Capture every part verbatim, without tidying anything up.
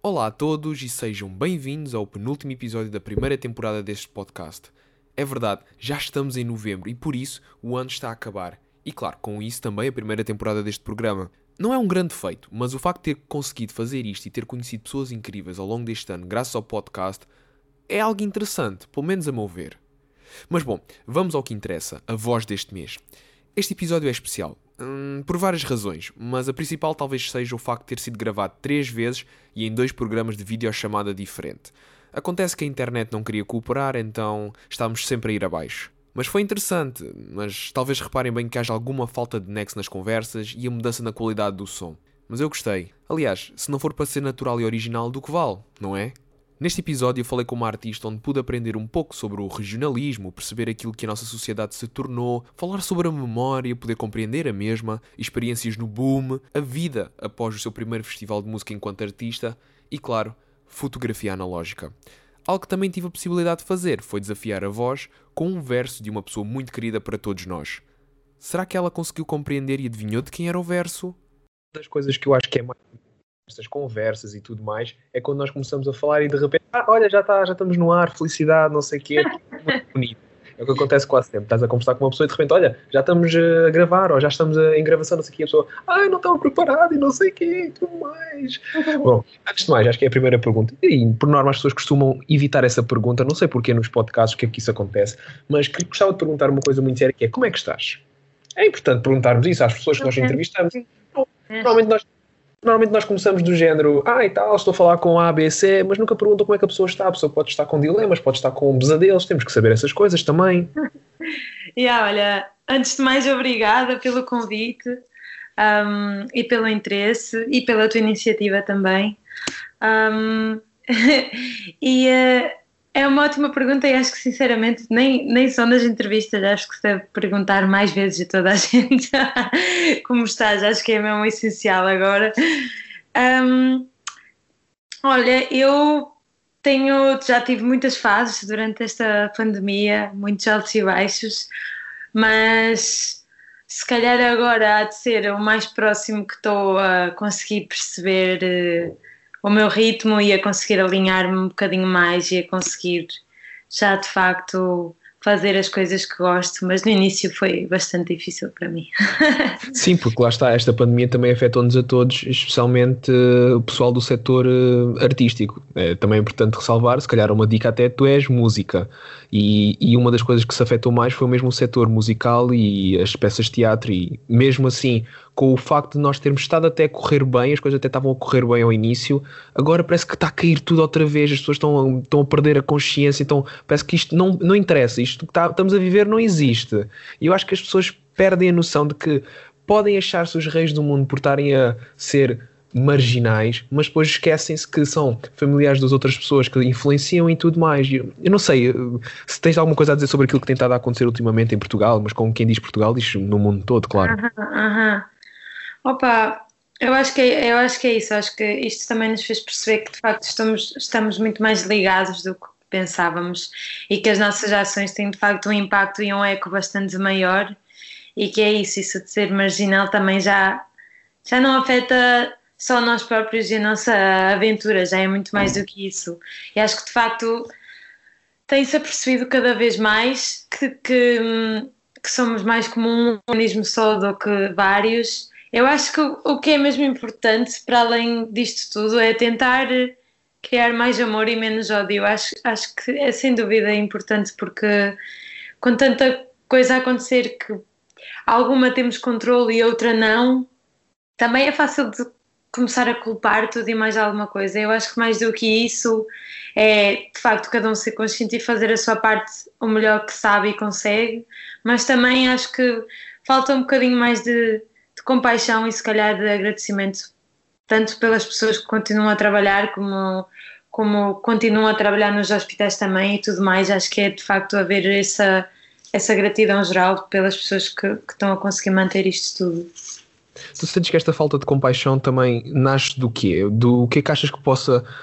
Olá a todos e sejam bem-vindos ao penúltimo episódio da primeira temporada deste podcast. É verdade, já estamos em novembro e por isso o ano está a acabar. E claro, com isso também a primeira temporada deste programa. Não é um grande feito, mas o facto de ter conseguido fazer isto e ter conhecido pessoas incríveis ao longo deste ano graças ao podcast é algo interessante, pelo menos a meu ver. Mas bom, vamos ao que interessa, a voz deste mês. Este episódio é especial, hum, por várias razões, mas a principal talvez seja o facto de ter sido gravado três vezes e em dois programas de videochamada diferente. Acontece que a internet não queria cooperar, então estávamos sempre a ir abaixo. Mas foi interessante, mas talvez reparem bem que haja alguma falta de nexo nas conversas e a mudança na qualidade do som. Mas eu gostei. Aliás, se não for para ser natural e original, do que vale, não é? Neste episódio eu falei com uma artista onde pude aprender um pouco sobre o regionalismo, perceber aquilo que a nossa sociedade se tornou, falar sobre a memória, poder compreender a mesma, experiências no boom, a vida após o seu primeiro festival de música enquanto artista e, claro, fotografia analógica. Algo que também tive a possibilidade de fazer foi desafiar a voz com um verso de uma pessoa muito querida para todos nós. Será que ela conseguiu compreender e adivinhou de quem era o verso? Uma das coisas que eu acho que é mais... estas conversas e tudo mais, é quando nós começamos a falar e de repente, ah, olha, já, tá, já estamos no ar, felicidade, não sei o quê, é muito bonito. É o que acontece quase sempre. Estás a conversar com uma pessoa e de repente, olha, já estamos a gravar, ou já estamos em gravação, não sei o quê, a pessoa, ah, não estava preparado e não sei o quê, e tudo mais. Bom, antes de mais, acho que é a primeira pergunta, e por norma as pessoas costumam evitar essa pergunta, não sei porquê nos podcasts, o que é que isso acontece, mas que gostava de perguntar uma coisa muito séria, que é, como é que estás? É importante perguntarmos isso às pessoas que nós entrevistamos. Normalmente nós Normalmente nós começamos do género, ah e tal, estou a falar com A, B, C, mas nunca perguntam como é que a pessoa está. A pessoa pode estar com dilemas, pode estar com pesadelos, temos que saber essas coisas também. E yeah, olha, antes de mais, obrigada pelo convite um, e pelo interesse e pela tua iniciativa também. Um, e uh, é uma ótima pergunta e acho que sinceramente nem, nem só nas entrevistas, acho que se deve perguntar mais vezes a toda a gente como estás, acho que é mesmo essencial agora. Um, olha, eu tenho, já tive muitas fases durante esta pandemia, muitos altos e baixos, mas se calhar agora há de ser o mais próximo que estou a conseguir perceber uh, o meu ritmo e a conseguir alinhar-me um bocadinho mais e a conseguir já de facto fazer as coisas que gosto, mas no início foi bastante difícil para mim. Sim, porque lá está, esta pandemia também afetou-nos a todos, especialmente uh, o pessoal do setor uh, artístico. É também importante ressalvar, se calhar uma dica até, tu és música e, e uma das coisas que se afetou mais foi mesmo o setor musical e as peças de teatro e mesmo assim, com o facto de nós termos estado até a correr bem, as coisas até estavam a correr bem ao início, agora parece que está a cair tudo outra vez, as pessoas estão, estão a perder a consciência, então parece que isto não, não interessa, isto que está, estamos a viver não existe. E eu acho que as pessoas perdem a noção de que podem achar-se os reis do mundo por estarem a ser marginais, mas depois esquecem-se que são familiares das outras pessoas que influenciam e tudo mais. Eu, eu não sei se tens alguma coisa a dizer sobre aquilo que tem estado a acontecer ultimamente em Portugal, mas como quem diz Portugal, diz no mundo todo, claro. Aham, aham. Opa, eu acho que é, eu acho que é isso, acho que isto também nos fez perceber que de facto estamos, estamos muito mais ligados do que pensávamos e que as nossas ações têm de facto um impacto e um eco bastante maior e que é isso, isso de ser marginal também já, já não afeta só nós próprios e a nossa aventura, já é muito mais do que isso. E acho que de facto tem-se apercebido cada vez mais que, que, que somos mais como um organismo só do que vários. Eu acho que o que é mesmo importante, para além disto tudo, é tentar criar mais amor e menos ódio. Acho, acho que é sem dúvida importante porque com tanta coisa a acontecer que alguma temos controle e outra não, também é fácil de começar a culpar tudo e mais alguma coisa. Eu acho que mais do que isso é, de facto, cada um ser consciente e fazer a sua parte o melhor que sabe e consegue, mas também acho que falta um bocadinho mais de, de compaixão e se calhar de agradecimento, tanto pelas pessoas que continuam a trabalhar como, como continuam a trabalhar nos hospitais também e tudo mais. Acho que é de facto haver essa, essa gratidão geral pelas pessoas que, que estão a conseguir manter isto tudo. Tu sentes que esta falta de compaixão também nasce do quê? Do que é que achas que possa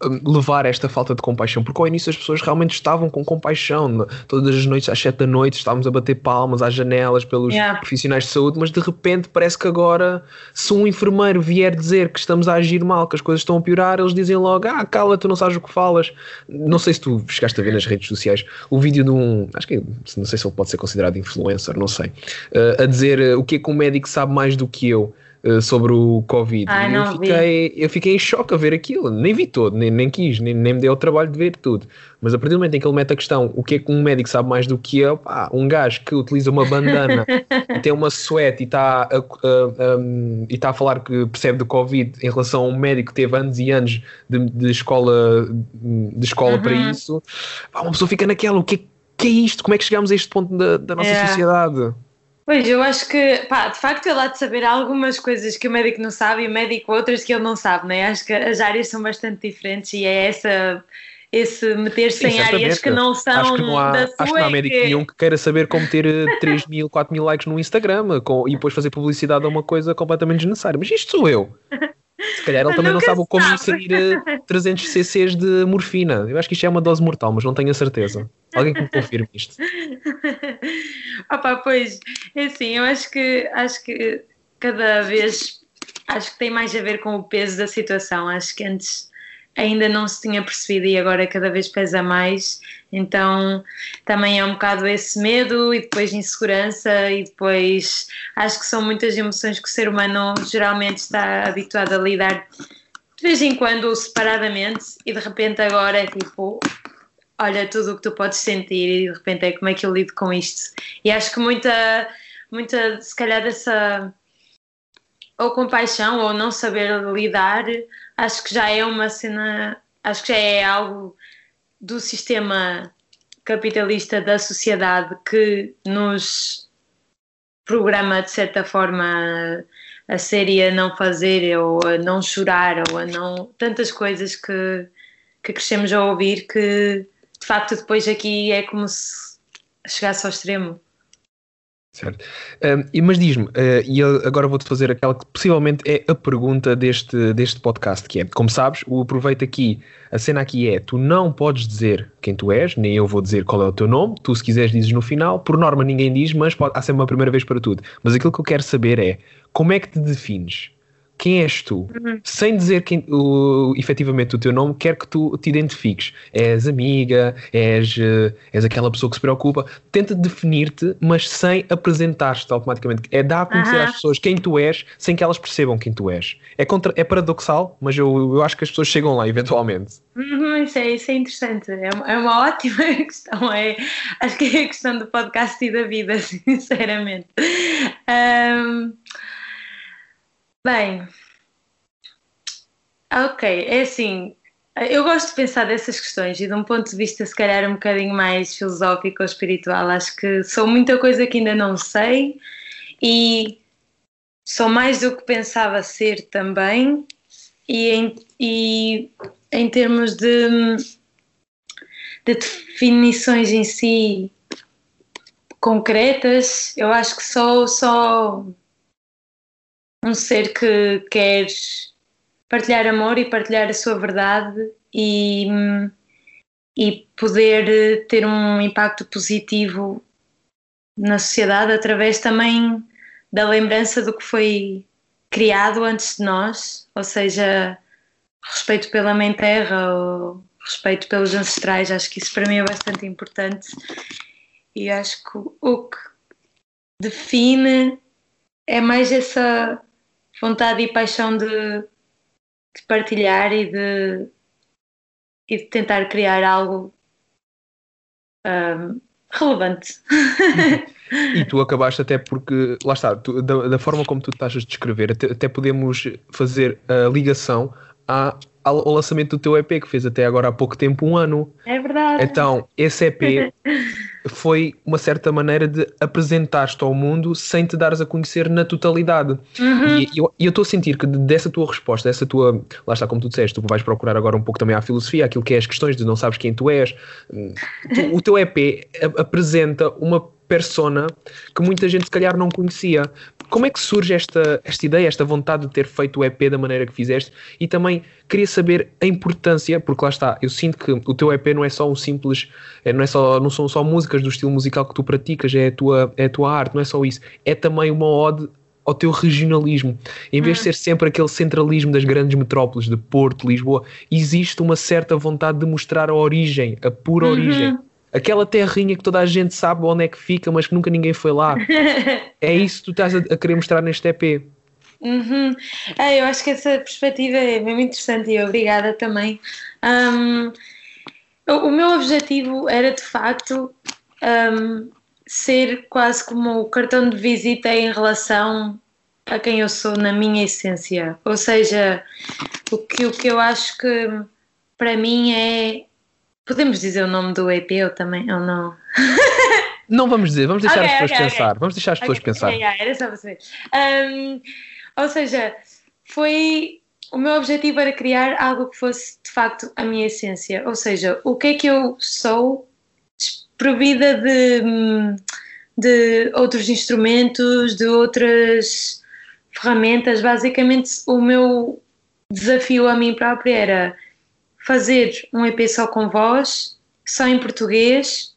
levar esta falta de compaixão, porque ao início as pessoas realmente estavam com compaixão, todas as noites às sete da noite estávamos a bater palmas às janelas pelos yeah. profissionais de saúde, mas de repente parece que agora, se um enfermeiro vier dizer que estamos a agir mal, que as coisas estão a piorar, eles dizem logo, ah, cala, tu não sabes o que falas. Não sei se tu chegaste a ver nas redes sociais o vídeo de um, acho que não sei se ele pode ser considerado influencer, não sei, uh, a dizer uh, o que é que um médico sabe mais do que eu sobre o Covid. Ah, eu, fiquei, eu fiquei em choque a ver aquilo, nem vi todo, nem, nem quis, nem, nem me deu o trabalho de ver tudo, mas a partir do momento em que ele mete a questão o que é que um médico sabe mais do que eu, pá, um gajo que utiliza uma bandana e tem uma suéte e está a, a, a, e está a falar que percebe do Covid em relação a um médico que teve anos e anos de, de escola, de escola uhum. para isso, pá, uma pessoa fica naquela, o que é, que é isto? Como é que chegamos a este ponto da, da nossa é. sociedade? Pois, eu acho que, pá, de facto ele há de saber algumas coisas que o médico não sabe e o médico outras que ele não sabe, não é? Acho que as áreas são bastante diferentes e é essa, esse meter-se em áreas que não são acho que não há, da sua... Acho que não há médico que... nenhum que queira saber como ter três mil, quatro mil likes no Instagram com, e depois fazer publicidade a uma coisa completamente desnecessária. Mas isto sou eu. Se calhar ele também não sabe como inserir trezentos cc's de morfina. Eu acho que isto é uma dose mortal, mas não tenho a certeza. Alguém que me confirme isto. Opa, pois, é assim, eu acho que, acho que cada vez, acho que tem mais a ver com o peso da situação. Acho que antes ainda não se tinha percebido e agora cada vez pesa mais. Então também é um bocado esse medo e depois insegurança e depois acho que são muitas emoções que o ser humano geralmente está habituado a lidar de vez em quando ou separadamente e de repente agora é tipo, olha tudo o que tu podes sentir e de repente é como é que eu lido com isto. E acho que muita, muita se calhar dessa ou compaixão ou não saber lidar, acho que já é uma cena, acho que já é algo do sistema capitalista da sociedade que nos programa de certa forma a ser e a não fazer ou a não chorar ou a não... tantas coisas que, que crescemos a ouvir que de facto depois aqui é como se chegasse ao extremo. Certo. Um, e, mas diz-me, uh, e eu agora vou-te fazer aquela que possivelmente é a pergunta deste, deste podcast, que é, como sabes, o aproveito aqui, a cena aqui é, tu não podes dizer quem tu és, nem eu vou dizer qual é o teu nome, tu se quiseres dizes no final, por norma ninguém diz, mas pode, há sempre uma primeira vez para tudo. Mas aquilo que eu quero saber é, como é que te defines? Quem és tu? Uhum. Sem dizer quem, o, efetivamente o teu nome, quero que tu te identifiques. És amiga, és, és aquela pessoa que se preocupa. Tenta definir-te, mas sem apresentar-te automaticamente. É dar a conhecer uhum. às pessoas quem tu és, sem que elas percebam quem tu és. É, contra, é paradoxal, mas eu, eu acho que as pessoas chegam lá, eventualmente. Uhum, isso, é, isso é interessante. É uma, é uma ótima questão. É, acho que é a questão do podcast e da vida, sinceramente. Um... Bem, ok, é assim, eu gosto de pensar dessas questões e de um ponto de vista se calhar um bocadinho mais filosófico ou espiritual, acho que sou muita coisa que ainda não sei e sou mais do que pensava ser também e em, e em termos de, de definições em si concretas, eu acho que sou só... um ser que quer partilhar amor e partilhar a sua verdade e, e poder ter um impacto positivo na sociedade através também da lembrança do que foi criado antes de nós, ou seja, respeito pela Mãe Terra, ou respeito pelos ancestrais. Acho que isso para mim é bastante importante e acho que o que define é mais essa vontade e paixão de, de partilhar e de, e de tentar criar algo um, relevante. E tu acabaste até porque, lá está, tu, da, da forma como tu estás a descrever, até, até podemos fazer a ligação à, ao lançamento do teu E P, que fez até agora há pouco tempo um ano. É verdade. Então, esse E P foi uma certa maneira de apresentar-te ao mundo sem te dares a conhecer na totalidade. Uhum. E eu estou a sentir que dessa tua resposta, dessa tua, lá está, como tu disseste, tu vais procurar agora um pouco também à filosofia, aquilo que é as questões de não sabes quem tu és. Tu, o teu E P apresenta uma persona que muita gente se calhar não conhecia. como é que surge esta, esta ideia, esta vontade de ter feito o E P da maneira que fizeste? E também queria saber a importância, porque lá está, eu sinto que o teu E P não é só um simples, não, é só, não são só músicas do estilo musical que tu praticas, é a tua, é a tua arte, não é só isso. É também uma ode ao teu regionalismo. Em vez de ser sempre aquele centralismo das grandes metrópoles de Porto, Lisboa, existe uma certa vontade de mostrar a origem, a pura Uhum. origem. Aquela terrinha que toda a gente sabe onde é que fica, mas que nunca ninguém foi lá. É isso que tu estás a, a querer mostrar neste E P. Uhum. Ah, eu acho que essa perspectiva é mesmo interessante e obrigada também. Um, o, o meu objetivo era de facto um, ser quase como o cartão de visita em relação a quem eu sou na minha essência. Ou seja, o que, o que eu acho que para mim é. Podemos dizer o nome do E P ou também, ou não? Não vamos dizer, vamos deixar okay, as pessoas okay, pensar. Okay. Vamos deixar as pessoas okay. pensar. Yeah, yeah, era só para saber. Um, ou seja, foi. O meu objetivo era criar algo que fosse de facto a minha essência. Ou seja, o que é que eu sou desprovida de, de outros instrumentos, de outras ferramentas. Basicamente, o meu desafio a mim própria era fazer um E P só com voz, só em português.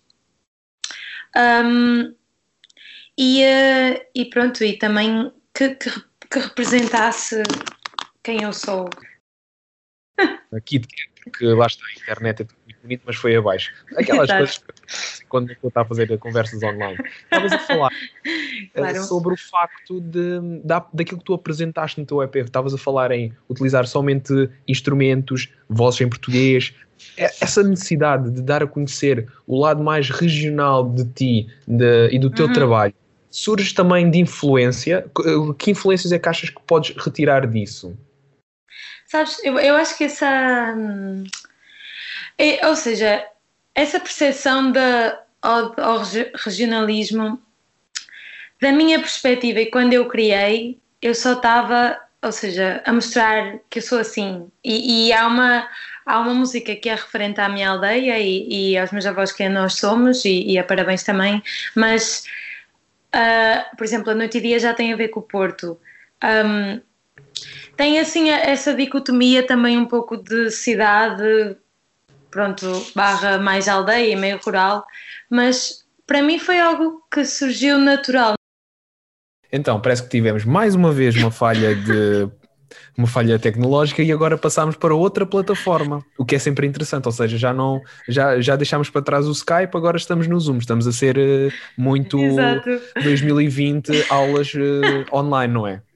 Um, e, uh, e pronto, e também que, que, que representasse quem eu sou. Aqui, porque lá está, a internet é tudo muito bonito, mas foi abaixo. Aquelas coisas quando eu estava a fazer conversas online. Estavas a falar claro. sobre o facto de, da, daquilo que tu apresentaste no teu E P. Estavas a falar em utilizar somente instrumentos, vozes em português. Essa necessidade de dar a conhecer o lado mais regional de ti de, e do teu uhum. trabalho surge também de influência. Que influências é que achas que podes retirar disso? Sabes, eu, eu acho que essa... É, ou seja, essa percepção de, ao, ao regionalismo, da minha perspectiva, e quando eu criei, eu só estava, ou seja, a mostrar que eu sou assim. E, e há, uma, há uma música que é referente à minha aldeia e, e aos meus avós, que nós somos, e, e a Parabéns também, mas, uh, por exemplo, A Noite e Dia já tem a ver com o Porto. Um, tem assim essa dicotomia também um pouco de cidade, pronto, barra mais aldeia e meio rural, mas para mim foi algo que surgiu natural. Então, parece que tivemos mais uma vez uma falha de uma falha tecnológica e agora passámos para outra plataforma, o que é sempre interessante, ou seja, já não já, já deixámos para trás o Skype, agora estamos no Zoom, estamos a ser uh, muito Exato. dois mil e vinte aulas uh, online, não é?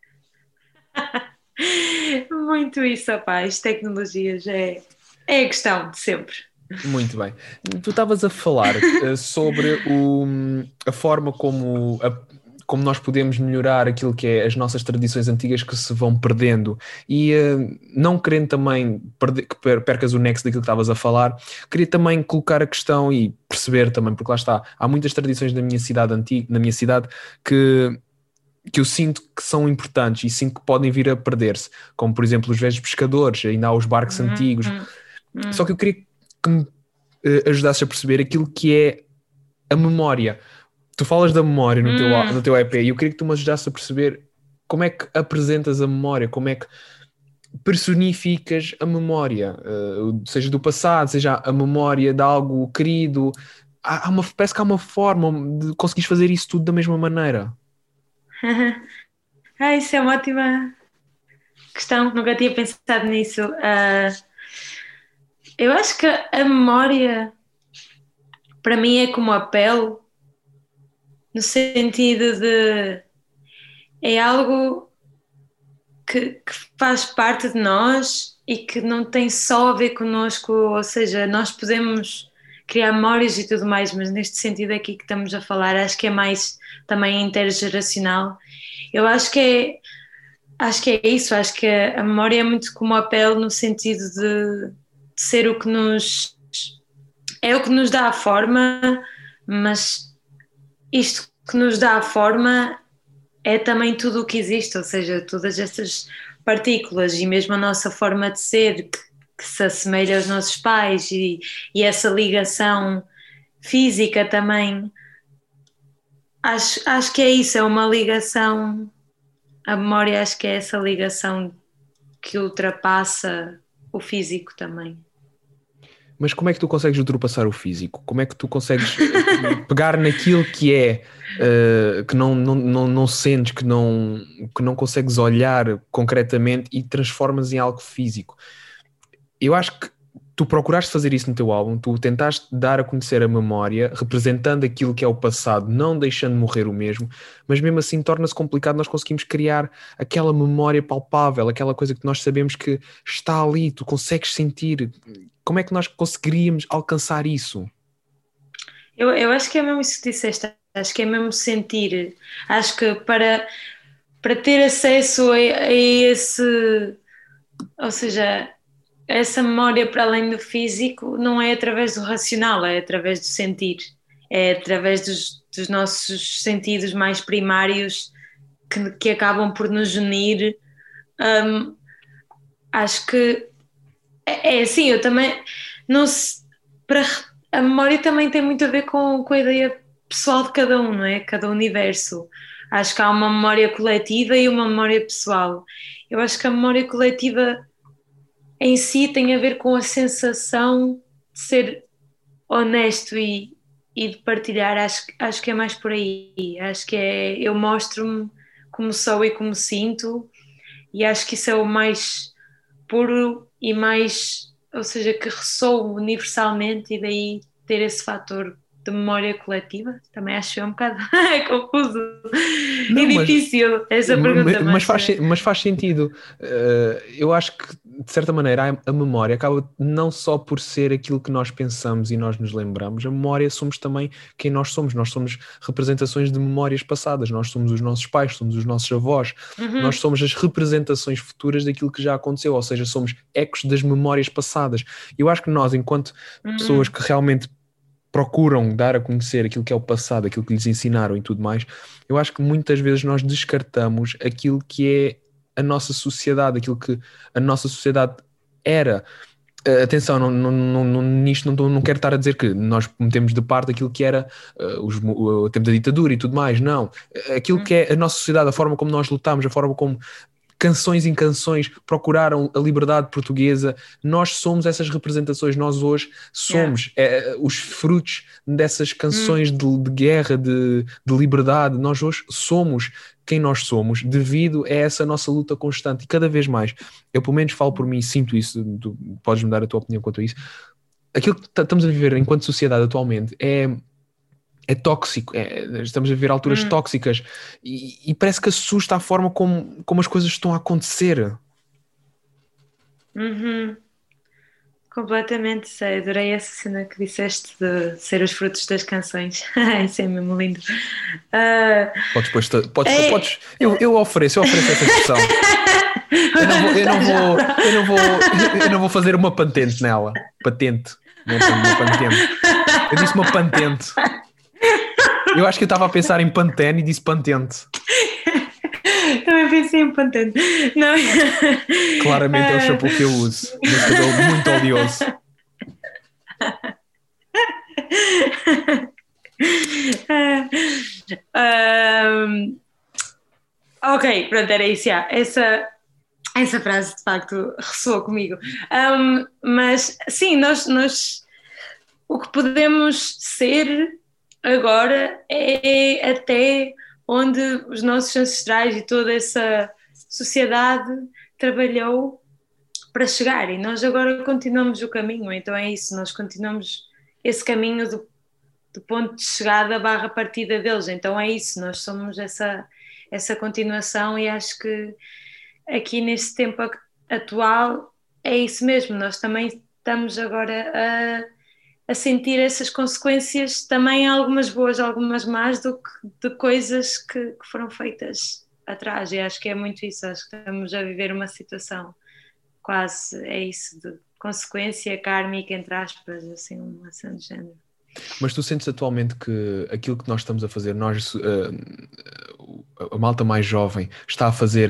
Muito isso, rapaz, tecnologias é, é a questão de sempre. Muito bem. Tu estavas a falar uh, sobre o, a forma como, a, como nós podemos melhorar aquilo que é as nossas tradições antigas que se vão perdendo e uh, não querendo também perder, que percas o nexo daquilo que estavas a falar, queria também colocar a questão e perceber também, porque lá está, há muitas tradições na minha cidade antiga, na minha cidade que que eu sinto que são importantes e sinto que podem vir a perder-se, como por exemplo os velhos pescadores, ainda há os barcos Uhum, antigos, uhum. Só que eu queria que me uh, ajudasses a perceber aquilo que é a memória. Tu falas da memória no, teu, Hum. no teu E P e eu queria que tu me ajudasses a perceber como é que apresentas a memória, como é que personificas a memória, uh, seja do passado, seja a memória de algo querido. Há, há uma, parece que há uma forma de conseguires fazer isso tudo da mesma maneira. Ah, isso é uma ótima questão, nunca tinha pensado nisso. Uh, eu acho que a memória para mim é como a pele, no sentido de é algo que, que faz parte de nós e que não tem só a ver connosco, ou seja, nós podemos criar memórias e tudo mais, mas neste sentido aqui que estamos a falar, acho que é mais também intergeracional. Eu acho que é, acho que é isso, acho que a memória é muito como a pele no sentido de, de ser o que nos é o que nos dá a forma, mas isto que nos dá a forma é também tudo o que existe, ou seja, todas estas partículas e mesmo a nossa forma de ser que, que se assemelha aos nossos pais e, e essa ligação física também acho, acho que é isso, é uma ligação, a memória acho que é essa ligação que ultrapassa o físico também. Mas como é que tu consegues ultrapassar o físico? Como é que tu consegues uh, pegar naquilo que é, uh, que não, não, não, não sentes, que não, que não consegues olhar concretamente e transformas em algo físico? Eu acho que tu procuraste fazer isso no teu álbum, tu tentaste dar a conhecer a memória, representando aquilo que é o passado, não deixando morrer o mesmo, mas mesmo assim torna-se complicado nós conseguimos criar aquela memória palpável, aquela coisa que nós sabemos que está ali, tu consegues sentir. Como é que nós conseguiríamos alcançar isso? Eu, eu acho que é mesmo isso que disseste, acho que é mesmo sentir. Acho que para, para ter acesso a, a esse, ou seja, essa memória para além do físico, não é através do racional, é através do sentir, é através dos, dos nossos sentidos mais primários que, que acabam por nos unir. Hum, acho que é, é assim, eu também não se, para, a memória também tem muito a ver com, com a ideia pessoal de cada um, não é? Cada universo. Acho que há uma memória coletiva e uma memória pessoal. Eu acho que a memória coletiva em si tem a ver com a sensação de ser honesto e, e de partilhar. Acho, acho que é mais por aí. Acho que é eu mostro-me como sou e como sinto, e acho que isso é o mais puro e mais, ou seja, que ressoa universalmente, e daí ter esse fator de memória coletiva. Também acho um bocado confuso e Não, mas, difícil essa pergunta, mas, mas faz, mas faz sentido. Uh, eu acho que, de certa maneira, a, a memória acaba não só por ser aquilo que nós pensamos e nós nos lembramos, a memória somos também quem nós somos. Nós somos representações de memórias passadas, nós somos os nossos pais, somos os nossos avós, uhum, nós somos as representações futuras daquilo que já aconteceu, ou seja, somos ecos das memórias passadas. Eu acho que nós, enquanto pessoas uhum, que realmente procuram dar a conhecer aquilo que é o passado, aquilo que lhes ensinaram e tudo mais, eu acho que muitas vezes nós descartamos aquilo que é a nossa sociedade, aquilo que a nossa sociedade era. Uh, atenção, não, não, não, nisto não, não quero estar a dizer que nós metemos de parte aquilo que era uh, os, o tempo da ditadura e tudo mais, não. Aquilo uhum, que é a nossa sociedade, a forma como nós lutamos, a forma como canções em canções procuraram a liberdade portuguesa. Nós somos essas representações, nós hoje yeah, somos é, os frutos dessas uhum, canções de, de guerra, de, de liberdade. Nós hoje somos quem nós somos devido a essa nossa luta constante, e cada vez mais, eu pelo menos falo por mim e sinto isso, tu podes me dar a tua opinião quanto a isso, aquilo que estamos a viver enquanto sociedade atualmente é é tóxico, é, estamos a viver alturas uhum, tóxicas e, e parece que assusta a forma como, como as coisas estão a acontecer. uhum. Completamente, sei, adorei essa cena que disseste de ser os frutos das canções. Isso é mesmo lindo. Ah, Podes, depois, podes, é... podes, eu, eu ofereço, eu ofereço essa expressão. Eu não vou, eu não Tá já. vou, eu não vou, eu não vou fazer uma patente nela. Patente, não é uma patente. Eu disse uma patente. Eu acho que eu estava a pensar em pantene e disse patente. Também pensei em pantene. Não. Claramente é o shampoo que eu uso. Meu cabelo muito oleoso. Um, ok, pronto, era isso. Já. Essa, essa frase de facto ressoa comigo. Um, mas sim, nós, nós o que podemos ser agora é até onde os nossos ancestrais e toda essa sociedade trabalhou para chegar, e nós agora continuamos o caminho. Então é isso, nós continuamos esse caminho do, do ponto de chegada barra partida deles. Então é isso, nós somos essa, essa continuação, e acho que aqui neste tempo atual é isso mesmo, nós também estamos agora a, a sentir essas consequências, também algumas boas, algumas más, do que, de coisas que, que foram feitas atrás, e acho que é muito isso, acho que estamos a viver uma situação quase, é isso, de consequência kármica, entre aspas, assim, uma ação de género. Mas tu sentes atualmente que aquilo que nós estamos a fazer, nós, uh, a malta mais jovem, está a fazer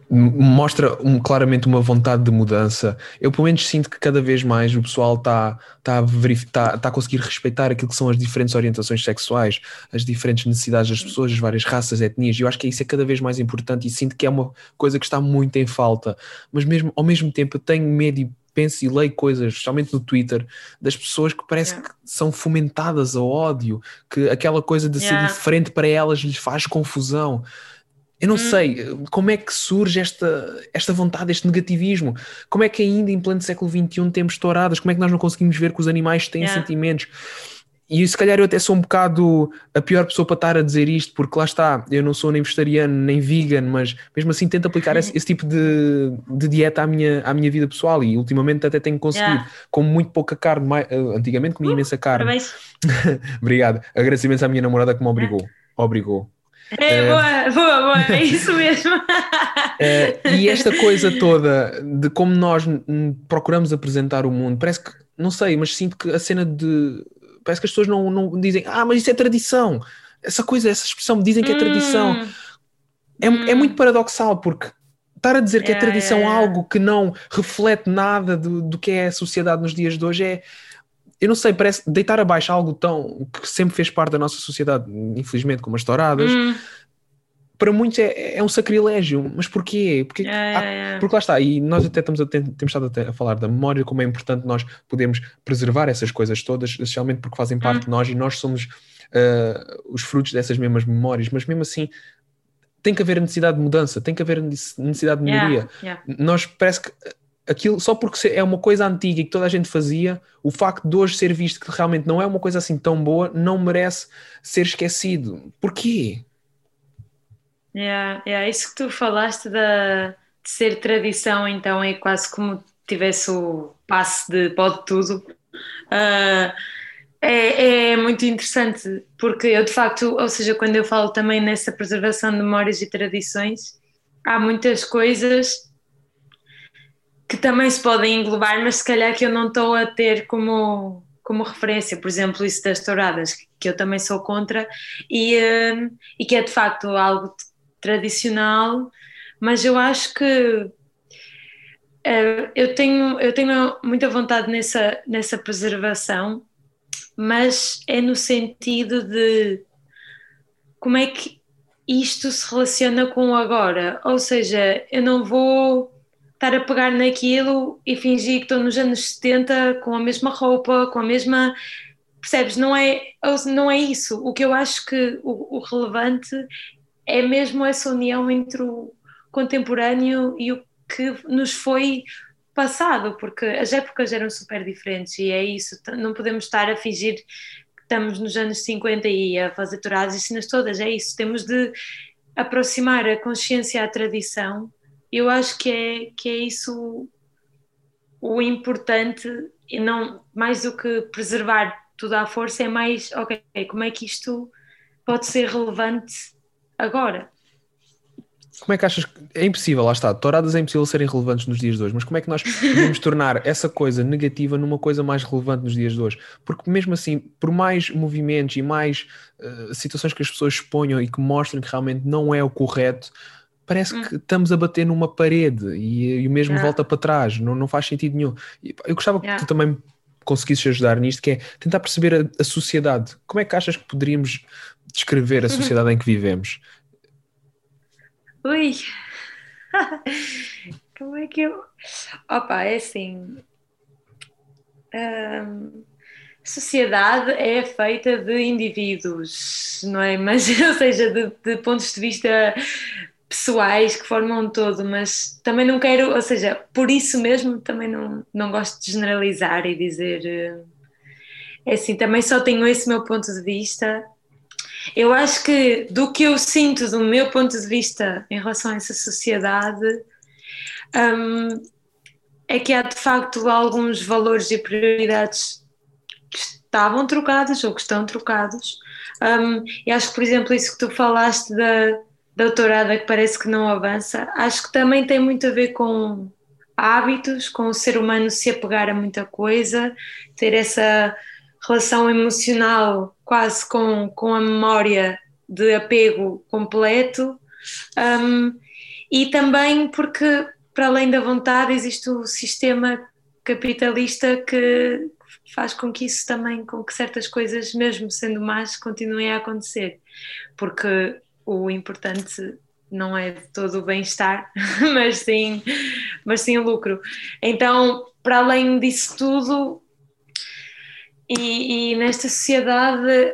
mostra um, claramente uma vontade de mudança. Eu pelo menos sinto que cada vez mais o pessoal está tá a, verif- tá, tá a conseguir respeitar aquilo que são as diferentes orientações sexuais, as diferentes necessidades das pessoas, as várias raças, etnias, e eu acho que isso é cada vez mais importante e sinto que é uma coisa que está muito em falta, mas mesmo, ao mesmo tempo eu tenho medo e penso e leio coisas, especialmente no Twitter, das pessoas que parece Yeah. que são fomentadas ao ódio, que aquela coisa de ser Yeah. diferente para elas lhes faz confusão. Eu não Hum. sei como é que surge esta, esta vontade, este negativismo. Como é que ainda em pleno século vinte e um temos touradas? Como é que nós não conseguimos ver que os animais têm Yeah. sentimentos? E se calhar eu até sou um bocado a pior pessoa para estar a dizer isto, porque lá está, eu não sou nem vegetariano nem vegan, mas mesmo assim tento aplicar esse, esse tipo de, de dieta à minha, à minha vida pessoal e ultimamente até tenho conseguido. Yeah. Como muito pouca carne, mais, antigamente comia Uh, imensa carne. Parabéns. Obrigado. Agradecimentos à minha namorada que me obrigou. Obrigou. É, Uh, boa, boa, boa, é isso mesmo. Uh, e esta coisa toda de como nós hum, procuramos apresentar o mundo, parece que, não sei, mas sinto que a cena de. Parece que as pessoas não, não dizem, ah, mas isso é tradição. Essa coisa, essa expressão, dizem que é tradição. Hum, É, é muito hum. paradoxal, porque estar a dizer que é Yeah, tradição yeah, yeah. algo que não reflete nada do, do que é a sociedade nos dias de hoje é. Eu não sei, parece deitar abaixo algo tão que sempre fez parte da nossa sociedade, infelizmente, como as touradas. Hum. Para muitos é, é um sacrilégio, mas porquê? Porque, Yeah, há- yeah, yeah. porque lá está, e nós até estamos a, tem- temos estado até a falar da memória, como é importante nós podermos preservar essas coisas todas, especialmente porque fazem parte Hum. de nós e nós somos uh, os frutos dessas mesmas memórias, mas mesmo assim tem que haver necessidade de mudança, tem que haver necessidade de melhoria. Yeah, yeah. Nós parece que aquilo, só porque é uma coisa antiga e que toda a gente fazia, o facto de hoje ser visto que realmente não é uma coisa assim tão boa, não merece ser esquecido. Porquê? Yeah, yeah. Isso que tu falaste da, de ser tradição, então é quase como tivesse o passe de pode tudo. Ah, é, é muito interessante, porque eu de facto, ou seja, quando eu falo também nessa preservação de memórias e tradições, há muitas coisas que também se podem englobar, mas se calhar que eu não estou a ter como, como referência, por exemplo, isso das touradas, que eu também sou contra, e, hum, e que é de facto algo tradicional, mas eu acho que eh, eu tenho, eu tenho muita vontade nessa, nessa preservação, mas é no sentido de como é que isto se relaciona com o agora, ou seja, eu não vou estar a pegar naquilo e fingir que estou nos anos setenta com a mesma roupa, com a mesma. Percebes? Não é, não é isso. O que eu acho que o, o relevante é mesmo essa união entre o contemporâneo e o que nos foi passado, porque as épocas eram super diferentes e é isso. Não podemos estar a fingir que estamos nos anos cinquenta e a fazer touradas e cenas todas, é isso. Temos de aproximar a consciência à tradição. Eu acho que é, que é isso o importante, e não mais do que preservar tudo à força, é mais, ok, como é que isto pode ser relevante agora? Como é que achas que... É impossível, lá está, touradas é impossível serem relevantes nos dias de hoje, mas como é que nós podemos tornar essa coisa negativa numa coisa mais relevante nos dias de hoje? Porque mesmo assim, por mais movimentos e mais uh, situações que as pessoas exponham e que mostrem que realmente não é o correto, parece Hum. que estamos a bater numa parede e, e o mesmo Yeah. volta para trás, não, não faz sentido nenhum. Eu gostava Yeah. que tu também conseguisses ajudar nisto, que é tentar perceber a, a sociedade. Como é que achas que poderíamos descrever a sociedade em que vivemos? Ui, como é que eu. Opa, é assim. hum, sociedade é feita de indivíduos, não é? Mas, ou seja, de, de pontos de vista pessoais que formam um todo, mas também não quero, ou seja, por isso mesmo também não, não gosto de generalizar e dizer. eh, É assim, também só tenho esse meu ponto de vista. Eu acho que do que eu sinto do meu ponto de vista em relação a essa sociedade, hum, é que há de facto alguns valores e prioridades que estavam trocados ou que estão trocados. Hum, e acho que, por exemplo, isso que tu falaste da, da tourada que parece que não avança, acho que também tem muito a ver com hábitos, com o ser humano se apegar a muita coisa, ter essa relação emocional quase com, com a memória de apego completo. Um, E também porque, para além da vontade, existe o sistema capitalista que faz com que isso também, com que certas coisas, mesmo sendo más, continuem a acontecer. Porque o importante não é de todo o bem-estar, mas sim, mas sim o lucro. Então, para além disso tudo, e, e nesta sociedade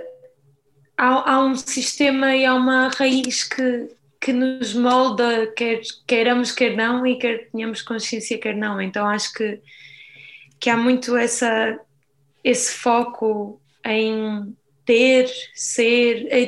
há, há um sistema e há uma raiz que, que nos molda, quer queiramos, quer não, e quer tenhamos consciência, quer não. Então acho que, que há muito essa, esse foco em ter, ser, em,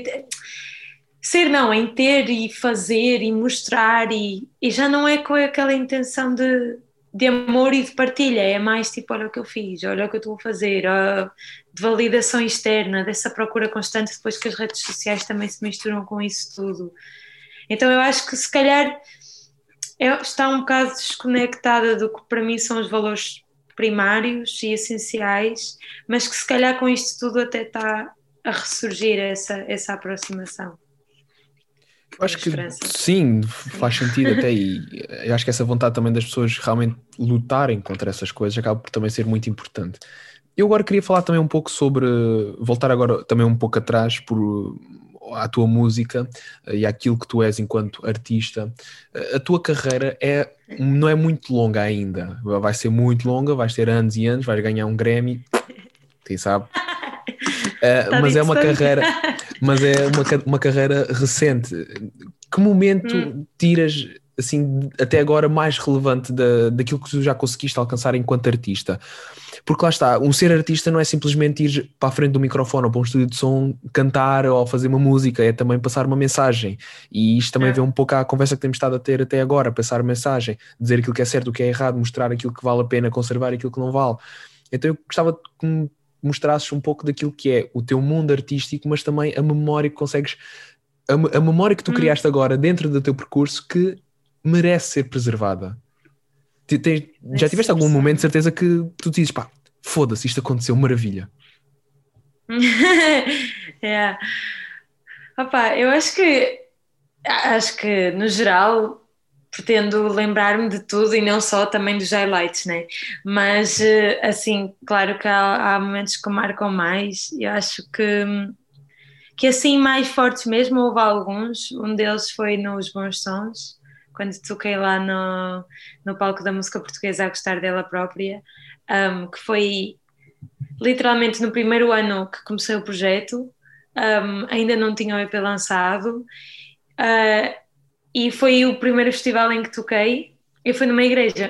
ser não, em ter e fazer e mostrar, e, e já não é com aquela intenção de, de amor e de partilha, é mais tipo, olha o que eu fiz, olha o que eu estou a fazer, ó, de validação externa, dessa procura constante, depois que as redes sociais também se misturam com isso tudo. Então eu acho que se calhar é, está um bocado desconectada do que para mim são os valores primários e essenciais, mas que se calhar com isto tudo até está a ressurgir essa, essa aproximação. Eu acho que sim, faz sentido até, e eu acho que essa vontade também das pessoas realmente lutarem contra essas coisas acaba por também ser muito importante. Eu agora queria falar também um pouco sobre, voltar agora também um pouco atrás por, à tua música e àquilo que tu és enquanto artista. A tua carreira é, não é muito longa ainda, vai ser muito longa, vais ter anos e anos, vais ganhar um Grammy, quem sabe? Uh, mas é uma carreira mas é uma, uma carreira recente. Que momento hum. tiras assim, até agora mais relevante da, daquilo que tu já conseguiste alcançar enquanto artista? Porque lá está, um ser artista não é simplesmente ir para a frente do microfone ou para um estúdio de som, cantar ou fazer uma música, é também passar uma mensagem. E isto também é. vê um pouco à conversa que temos estado a ter até agora, passar mensagem, dizer aquilo que é certo, o que é errado, mostrar aquilo que vale a pena, conservar aquilo que não vale. Então eu gostava de mostrasses um pouco daquilo que é o teu mundo artístico, mas também a memória que consegues, a, a memória que tu criaste hum. agora dentro do teu percurso que merece ser preservada. Tens, já tiveste algum momento de certeza que tu dizes, pá, foda-se, isto aconteceu, maravilha. é. Opa, eu acho que acho que no geral pretendo lembrar-me de tudo e não só também dos highlights, né? Mas assim, claro que há, há momentos que marcam mais. Eu acho que que assim mais fortes mesmo, houve alguns. Um deles foi nos Bons Sons, quando toquei lá no, no palco da música portuguesa a gostar dela própria, um, que foi literalmente no primeiro ano que comecei o projeto, um, ainda não tinha o E P lançado, uh, e foi o primeiro festival em que toquei. Eu fui numa igreja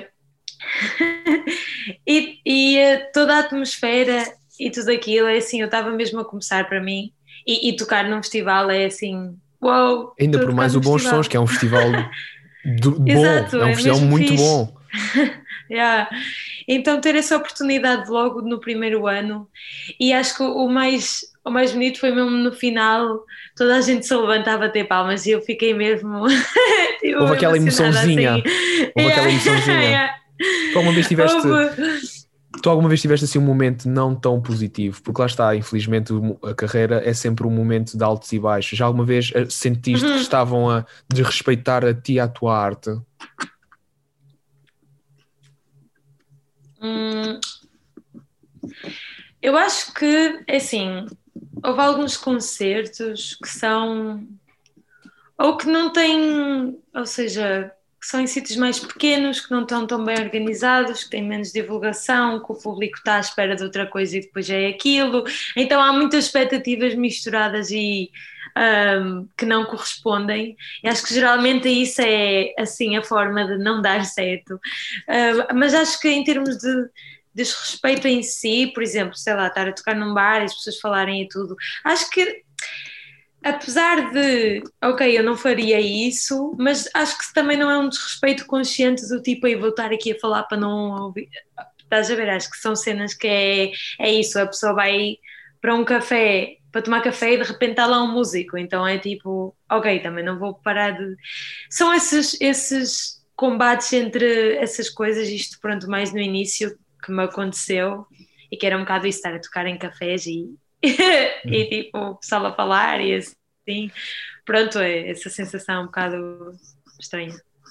e, e uh, toda a atmosfera e tudo aquilo, é assim, eu estava mesmo a começar para mim, e, e tocar num festival é assim, uau! Wow, ainda por mais o Bons Sons, que é um festival do, bom, Exato, é um é festival muito fixe. Bom. yeah. Então ter essa oportunidade logo no primeiro ano, e acho que o mais, o mais bonito foi mesmo no final, toda a gente se levantava a ter palmas e eu fiquei mesmo tipo, houve aquela emoçãozinha assim. Houve yeah. aquela emoçãozinha yeah. Tu alguma vez tiveste houve... tu alguma vez tiveste assim um momento não tão positivo? Porque lá está, infelizmente a carreira é sempre um momento de altos e baixos. Já alguma vez sentiste uhum. que estavam a desrespeitar a ti, a tua arte? Hum, eu acho que, assim, houve alguns concertos que são, ou que não têm, ou seja, que são em sítios mais pequenos, que não estão tão bem organizados, que têm menos divulgação, que o público está à espera de outra coisa e depois já é aquilo. Então há muitas expectativas misturadas e um, que não correspondem. E acho que geralmente isso é assim a forma de não dar certo. Uh, mas acho que em termos de desrespeito em si, por exemplo, sei lá, estar a tocar num bar e as pessoas falarem e tudo, acho que apesar de, ok, eu não faria isso, mas acho que também não é um desrespeito consciente do tipo, aí vou estar aqui a falar para não ouvir. Estás a ver? Acho que são cenas que é, é isso, a pessoa vai para um café, para tomar café e de repente está lá um músico, então é tipo, ok, também não vou parar de... São esses, esses combates entre essas coisas, isto pronto, mais no início que me aconteceu, e que era um bocado isso, estar a tocar em cafés e e tipo, o pessoal a falar e assim, pronto, é essa sensação um bocado estranha.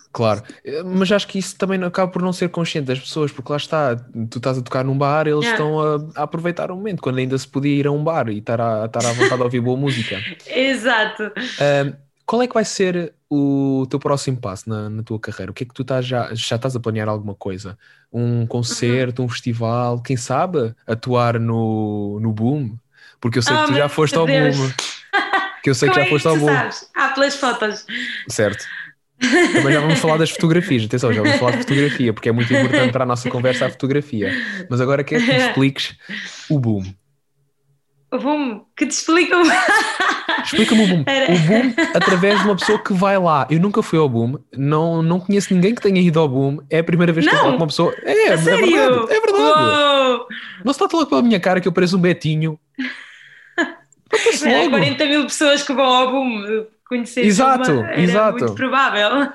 Claro, mas acho que isso também acaba por não ser consciente das pessoas, porque lá está, tu estás a tocar num bar, eles Yeah. estão a, a aproveitar o momento, quando ainda se podia ir a um bar e estar, a, estar à vontade a ouvir boa música. Exato. Uh, qual é que vai ser o teu próximo passo na, na tua carreira? O que é que tu estás já, já estás a planear alguma coisa? Um concerto, um festival, quem sabe atuar no, no Boom? Porque eu sei que Oh, tu já meu foste ao Deus! Boom, que eu sei que Como já é foste que ao tu Boom, sabes? Ah, pelas fotos. certo? Também já vamos falar das fotografias, atenção, já vamos falar de fotografia, porque é muito importante para a nossa conversa a fotografia. Mas agora quero que me expliques o Boom. O boom, que te explica o... Explica-me o Boom. Era... O Boom através de uma pessoa que vai lá. Eu nunca fui ao Boom, não, não conheço ninguém que tenha ido ao Boom. É a primeira vez que eu falo com uma Não! pessoa. É, é A verdade, sério? é verdade. Uou! Não se está logo pela minha cara que eu pareço um Betinho. Nota-se Há logo. quarenta mil pessoas que vão ao boom. Conheceres uma Exato, era muito exato. provável.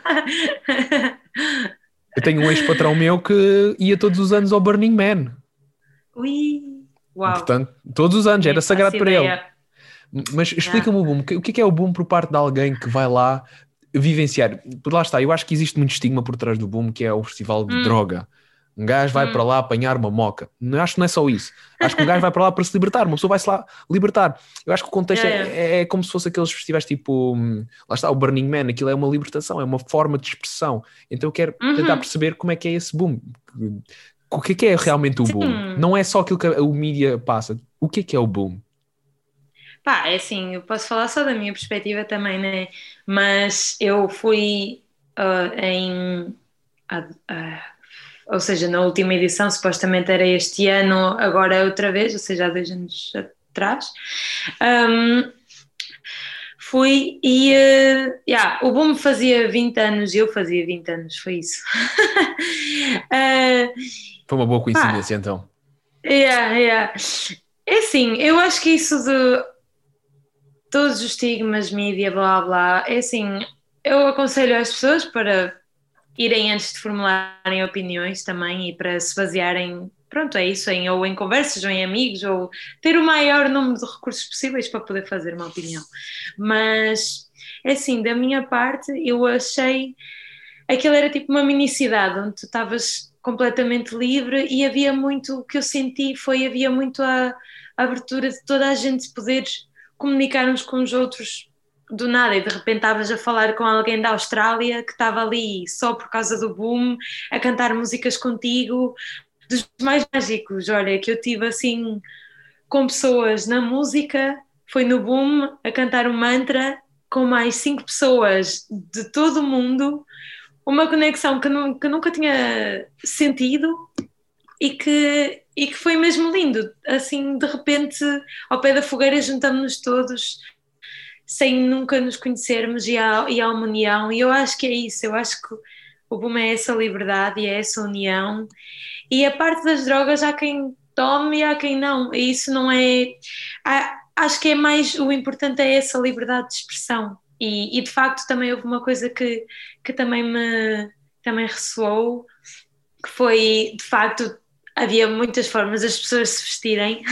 Eu tenho um ex-patrão meu que ia todos os anos ao Burning Man. Ui! Uau! Portanto, todos os anos, Nem era faço sagrado para ele. ideia. Mas Yeah. explica-me o boom. O que é que é o boom por parte de alguém que vai lá vivenciar? Por lá está, eu acho que existe muito estigma por trás do boom, que é o festival de Hum, droga. Um gajo vai para hum. lá apanhar uma moca. Não, acho que não é só isso. Acho que um gajo vai para lá para se libertar. Uma pessoa vai-se lá libertar. Eu acho que o contexto Yeah, é, yeah. é, é como se fosse aqueles festivais tipo... hum, Lá está, o Burning Man. Aquilo é uma libertação, é uma forma de expressão. Então eu quero tentar Uhum. perceber como é que é esse boom. O que é que é realmente o boom? Sim. Não é só aquilo que o mídia passa. O que é que é o boom? Pá, é assim, eu posso falar só da minha perspectiva também, né? Mas eu fui ah, em. ah, ah, ou seja, na última edição, supostamente era este ano, agora é outra vez, ou seja, há dois anos atrás. Ahm, fui e. Uh, yeah, o Boom fazia vinte anos, eu fazia vinte anos, foi isso. Ah, Foi uma boa pá, coincidência então. yeah, yeah. É assim, eu acho que isso de todos os estigmas, mídia, blá blá, é assim, eu aconselho as pessoas para irem antes de formularem opiniões também e para se basearem, pronto, é isso, em, ou em conversas, ou em amigos, ou ter o maior número de recursos possíveis para poder fazer uma opinião. Mas, é assim, da minha parte, eu achei aquilo era tipo uma minicidade onde tu estavas completamente livre e havia muito, o que eu senti foi, havia muito a, a abertura de toda a gente poder comunicar uns com os outros do nada, e de repente estavas a falar com alguém da Austrália que estava ali só por causa do boom, a cantar músicas contigo, dos mais mágicos, olha, que eu tive assim com pessoas na música, foi no boom, a cantar um mantra, com mais cinco pessoas de todo o mundo, uma conexão que, nu- que nunca tinha sentido e que, e que foi mesmo lindo. Assim, de repente, ao pé da fogueira, juntamos-nos todos sem nunca nos conhecermos e há, e há uma união. E eu acho que é isso, eu acho que o boom é essa liberdade e é essa união. E a parte das drogas, há quem tome e há quem não. E isso não é. há- acho que é mais. O importante é essa liberdade de expressão. E, e de facto também houve uma coisa que, que também me também ressoou, que foi de facto havia muitas formas das pessoas se vestirem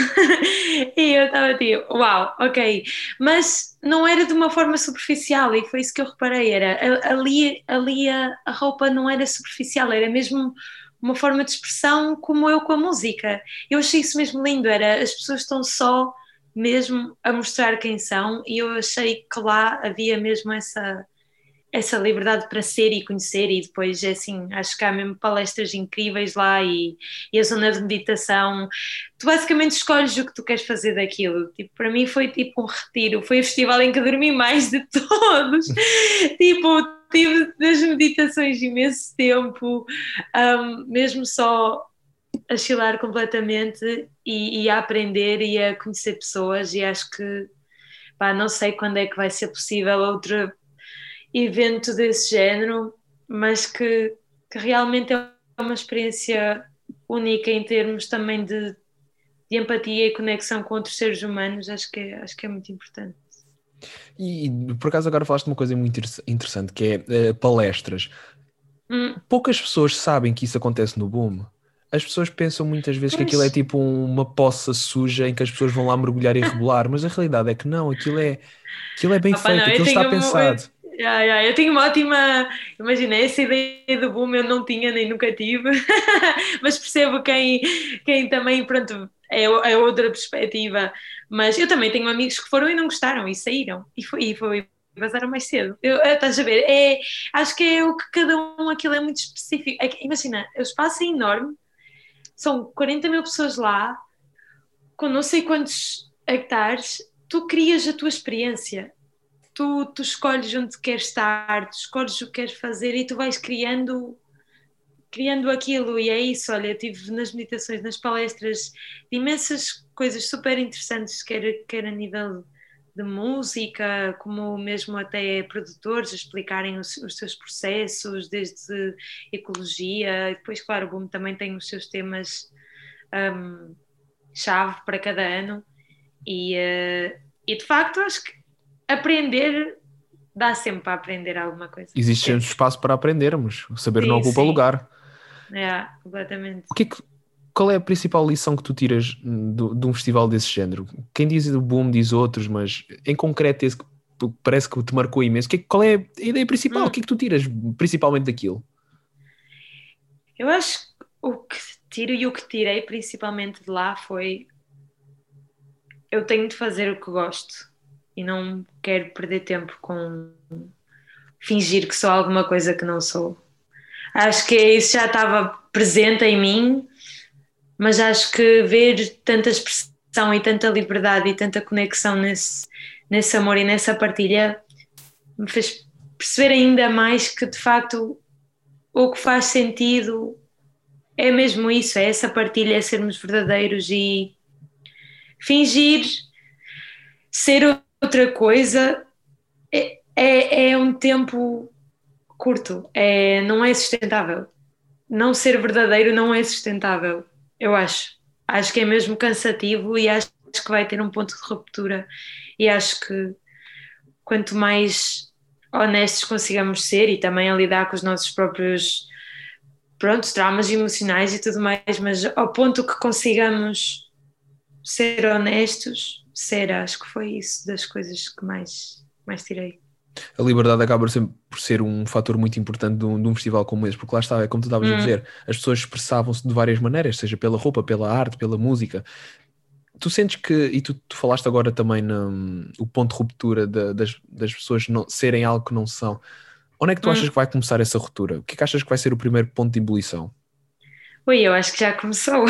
e eu estava tipo, uau, ok, mas não era de uma forma superficial e foi isso que eu reparei, era ali, ali a, a roupa não era superficial, era mesmo uma forma de expressão como eu com a música. Eu achei isso mesmo lindo, era as pessoas estão só mesmo a mostrar quem são e eu achei que lá havia mesmo essa essa liberdade para ser e conhecer, e depois é assim, acho que há mesmo palestras incríveis lá e, e a zona de meditação, tu basicamente escolhes o que tu queres fazer daquilo, tipo, para mim foi tipo um retiro, foi o festival em que dormi mais de todos, tipo, tive das meditações imenso tempo, um, mesmo só a chilar completamente e, e a aprender e a conhecer pessoas e acho que, pá, não sei quando é que vai ser possível outra evento desse género, mas que, que realmente é uma experiência única em termos também de, de empatia e conexão com outros seres humanos, acho que é, acho que é muito importante. E por acaso agora falaste de uma coisa muito interessante, que é uh, palestras. Hum, Poucas pessoas sabem que isso acontece no boom. As pessoas pensam muitas vezes que aquilo é pois, tipo uma poça suja em que as pessoas vão lá mergulhar e rebolar, mas a realidade é que não, aquilo é, aquilo é bem opa, feito, não, eu aquilo está tenho, eu, pensado. Yeah, yeah. Eu tinha uma ótima. Imagina, essa ideia do boom eu não tinha nem nunca tive, mas percebo quem, quem também, pronto, é, é outra perspectiva. Mas eu também tenho amigos que foram e não gostaram e saíram e foi, e foi vazaram mais cedo. Eu, eh, estás a ver? É, acho que é o que cada um, aquilo é muito específico. É que, imagina, o espaço é enorme, são quarenta mil pessoas lá, com não sei quantos hectares, tu crias a tua experiência. Tu, tu escolhes onde queres estar, tu escolhes o que queres fazer e tu vais criando, criando aquilo. E é isso, olha, eu tive nas meditações, nas palestras, imensas coisas super interessantes, quer, quer a nível de música, como mesmo até produtores explicarem os, os seus processos, desde ecologia, e depois, claro, o Boom também tem os seus temas um, chave para cada ano. E, uh, e de facto, acho que aprender dá sempre para aprender alguma coisa. Existe sempre espaço para aprendermos. O saber não Sim, ocupa sim. lugar. É, completamente. O que é que, qual é a principal lição que tu tiras do- de um festival desse género? Quem diz o Boom diz outros, mas em concreto esse que parece que te marcou imenso. O que é- qual é a ideia principal? Hum, O que é que tu tiras principalmente daquilo? eu acho que o que tiro e o que tirei principalmente de lá foi eu tenho de fazer o que gosto e não quero perder tempo com fingir que sou alguma coisa que não sou. Acho que isso já estava presente em mim, mas acho que ver tanta expressão e tanta liberdade e tanta conexão nesse, nesse amor e nessa partilha me fez perceber ainda mais que de facto o que faz sentido é mesmo isso, é essa partilha, é sermos verdadeiros e fingir ser outra coisa é, é, é um tempo curto, é, não é sustentável. Não ser verdadeiro não é sustentável, eu acho. Acho que é mesmo cansativo e acho que vai ter um ponto de ruptura. E acho que quanto mais honestos consigamos ser e também a lidar com os nossos próprios pronto, traumas emocionais e tudo mais, mas ao ponto que consigamos ser honestos, ser, acho que foi isso das coisas que mais, mais tirei. A liberdade acaba sempre por ser um fator muito importante de um, de um festival como esse, porque lá está, é como tu estavas a Hum, dizer, as pessoas expressavam-se de várias maneiras, seja pela roupa, pela arte, pela música. Tu sentes que, e tu, tu falaste agora também no o ponto de ruptura de- das, das pessoas não, serem algo que não são. Onde é que tu achas hum. que vai começar essa ruptura? O que é que achas que vai ser o primeiro ponto de ebulição? Ui, eu acho que já começou.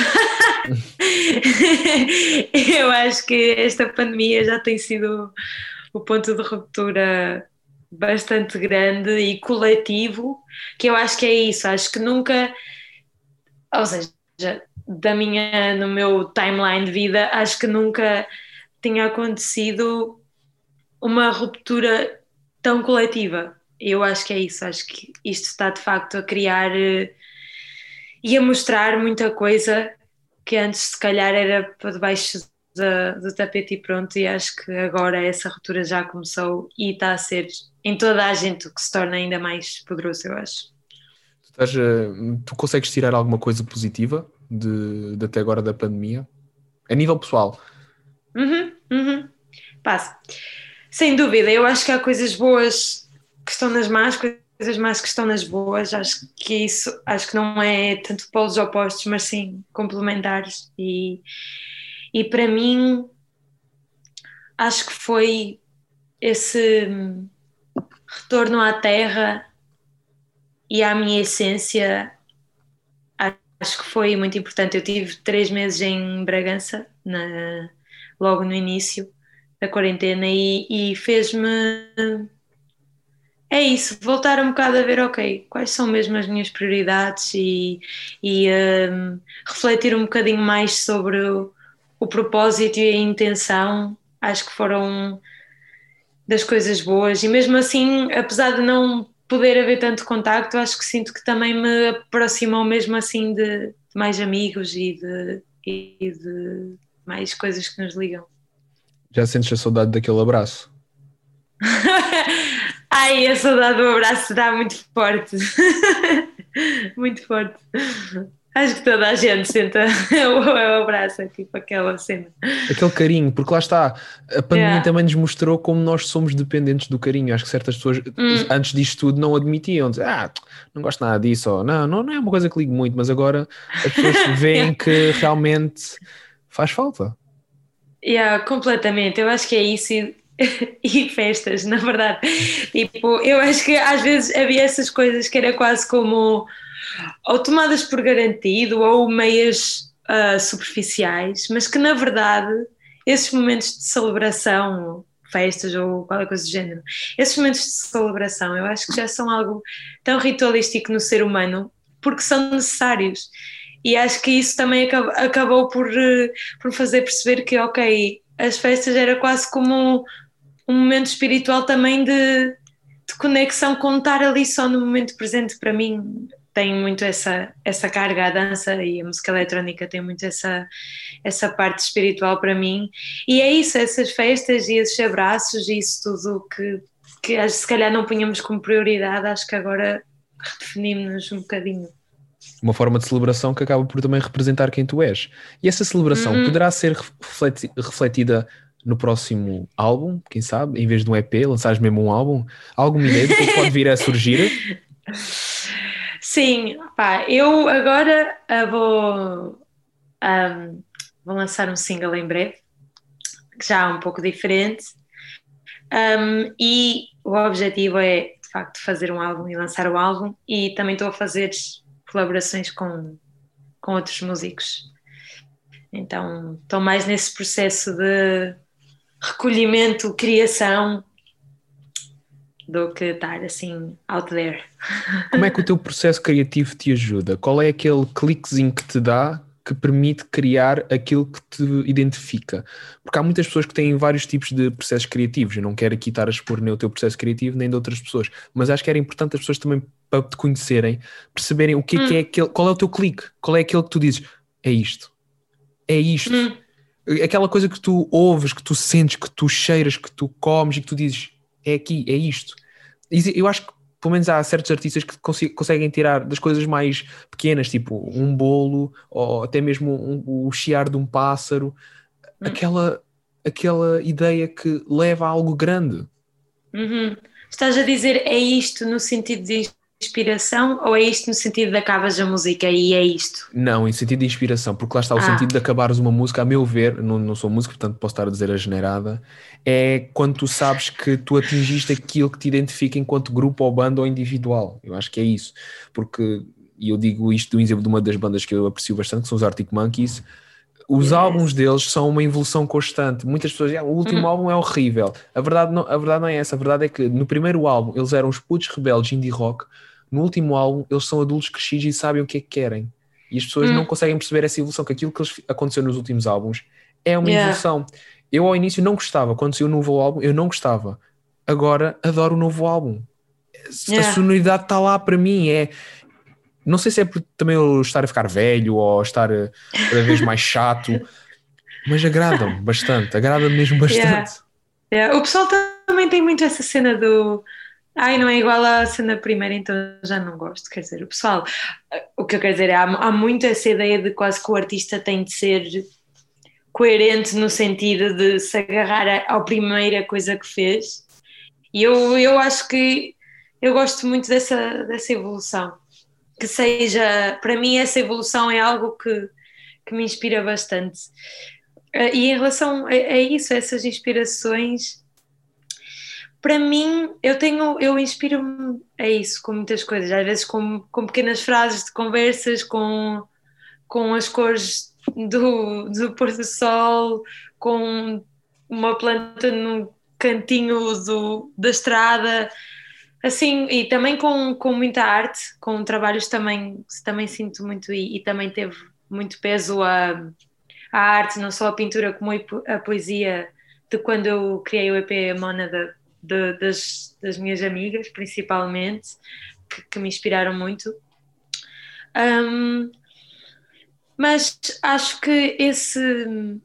Eu acho que esta pandemia já tem sido o ponto de ruptura bastante grande e coletivo, que eu acho que é isso, acho que nunca, ou seja, da minha, no meu timeline de vida, acho que nunca tinha acontecido uma ruptura tão coletiva. Eu acho que é isso, acho que isto está de facto a criar eh, e a mostrar muita coisa que antes se calhar era para debaixo da- do tapete e pronto, e acho que agora essa ruptura já começou e está a ser em toda a gente o que se torna ainda mais poderoso, eu acho. Tu, estás a- tu consegues tirar alguma coisa positiva de, de até agora da pandemia? A nível pessoal. Uhum, uhum. Passa. Sem dúvida, eu acho que há coisas boas que estão nas más, coisas más que estão nas boas. Acho que isso, acho que não é tanto polos opostos, mas sim complementares. E, e para mim, acho que foi esse retorno à terra e à minha essência. Acho que foi muito importante. Eu tive três meses em Bragança, na- logo no início da quarentena, e, e fez-me. É isso, voltar um bocado a ver, ok, quais são mesmo as minhas prioridades e, e um, refletir um bocadinho mais sobre o, o propósito e a intenção. Acho que foram das coisas boas, e mesmo assim, apesar de não poder haver tanto contacto, acho que sinto que também me aproximou mesmo assim de, de mais amigos e de, e de mais coisas que nos ligam. Já sentes a saudade daquele abraço? Ai, a saudade do abraço está muito forte. Muito forte. Acho que toda a gente senta o abraço, é tipo aquela cena. Aquele carinho, porque lá está, a pandemia Yeah. também nos mostrou como nós somos dependentes do carinho. Acho que certas pessoas, Hum, antes disto tudo, não admitiam, dizer, ah, não gosto nada disso, ou não, não, não é uma coisa que ligo muito, mas agora as pessoas veem yeah. que realmente faz falta. Yeah, completamente. Eu acho que é isso e, e festas, na verdade. Tipo, eu acho que às vezes havia essas coisas que era quase como ou tomadas por garantido ou meias ah, superficiais, mas que na verdade esses momentos de celebração, festas ou qualquer coisa do género, esses momentos de celebração eu acho que já são algo tão ritualístico no ser humano porque são necessários. E acho que isso também acab- acabou por, eh, por fazer perceber que, ok, as festas era quase como um momento espiritual também de, de conexão com estar ali só no momento presente. Para mim tem muito essa, essa carga, a dança e a música eletrónica tem muito essa, essa parte espiritual para mim, e é isso, essas festas e esses abraços e isso tudo que, que se calhar não punhamos como prioridade, acho que agora redefinimos-nos um bocadinho. Uma forma de celebração que acaba por também representar quem tu és. E essa celebração Uhum. poderá ser refleti- refletida no próximo álbum, quem sabe, em vez de um E P, lançares mesmo um álbum? Alguma ideia do que é que pode vir a surgir? Sim, pá, eu agora ah, vou, ahm, vou lançar um single em breve, que já é um pouco diferente. Um, e o objetivo é, de facto, fazer um álbum e lançar o álbum, e também estou a fazer colaborações com, com outros músicos. Então, estou mais nesse processo de recolhimento, criação, do que estar assim out there. Como é que o teu processo criativo te ajuda? Qual é aquele cliquezinho que te dá que permite criar aquilo que te identifica? Porque há muitas pessoas que têm vários tipos de processos criativos. Eu não quero aqui estar a expor nem o teu processo criativo nem de outras pessoas, mas acho que era importante as pessoas também, para te conhecerem, perceberem o que é que é Hum, aquele, qual é o teu clique, qual é aquele que tu dizes, é isto, é isto. hum, Aquela coisa que tu ouves, que tu sentes, que tu cheiras, que tu comes e que tu dizes, é aqui, é isto. E eu acho que pelo menos há certos artistas que consi- conseguem tirar das coisas mais pequenas, tipo um bolo ou até mesmo um- o chiar de um pássaro, hum, aquela, aquela ideia que leva a algo grande. uhum. Estás a dizer é isto no sentido de inspiração ou é isto no sentido de acabas a música e é isto? Não, em sentido de inspiração, porque lá está o Ah, sentido de acabares uma música, a meu ver, não, não sou músico, portanto posso estar a dizer a generada, é quando tu sabes que tu atingiste aquilo que te identifica enquanto grupo ou banda ou individual. Eu acho que é isso, porque, e eu digo isto do exemplo de uma das bandas que eu aprecio bastante, que são os Arctic Monkeys. Os álbuns yes. deles são uma evolução constante. Muitas pessoas dizem, ah, o último Hum, álbum é horrível. A verdade, não, a verdade não é essa. A verdade é que no primeiro álbum eles eram os putos rebeldes indie rock. No último álbum eles são adultos crescidos e sabem o que é que querem. E as pessoas não hum, conseguem perceber essa evolução, que aquilo que eles, aconteceu nos últimos álbuns é uma yeah, evolução. Eu ao início não gostava. Quando saiu o novo álbum, eu não gostava. Agora adoro o novo álbum. A yeah. sonoridade está lá para mim. É, não sei se é por também eu estar a ficar velho ou estar eh, cada vez mais chato, mas agrada-me bastante, agrada-me mesmo Yeah, bastante. yeah. O pessoal também tem muito essa cena do ai, não é igual à cena primeira, então já não gosto. Quer dizer, o pessoal, o que eu quero dizer é há, há muito essa ideia de quase que o artista tem de ser coerente no sentido de se agarrar à, à primeira coisa que fez. E eu, eu acho que eu gosto muito dessa, dessa evolução. Que seja, para mim, essa evolução é algo que, que me inspira bastante. Eh, E em relação a, a isso, a essas inspirações. Para mim, eu tenho, eu inspiro-me a isso com muitas coisas, às vezes com, com pequenas frases de conversas, com, com as cores do, do pôr do sol, com uma planta no cantinho do, da estrada, assim, e também com, com muita arte, com trabalhos também, também sinto muito e, e também teve muito peso a, a arte, não só a pintura como a poesia, de quando eu criei o E P Mónada de, das, das minhas amigas, principalmente, que, que me inspiraram muito. Um, mas acho que esse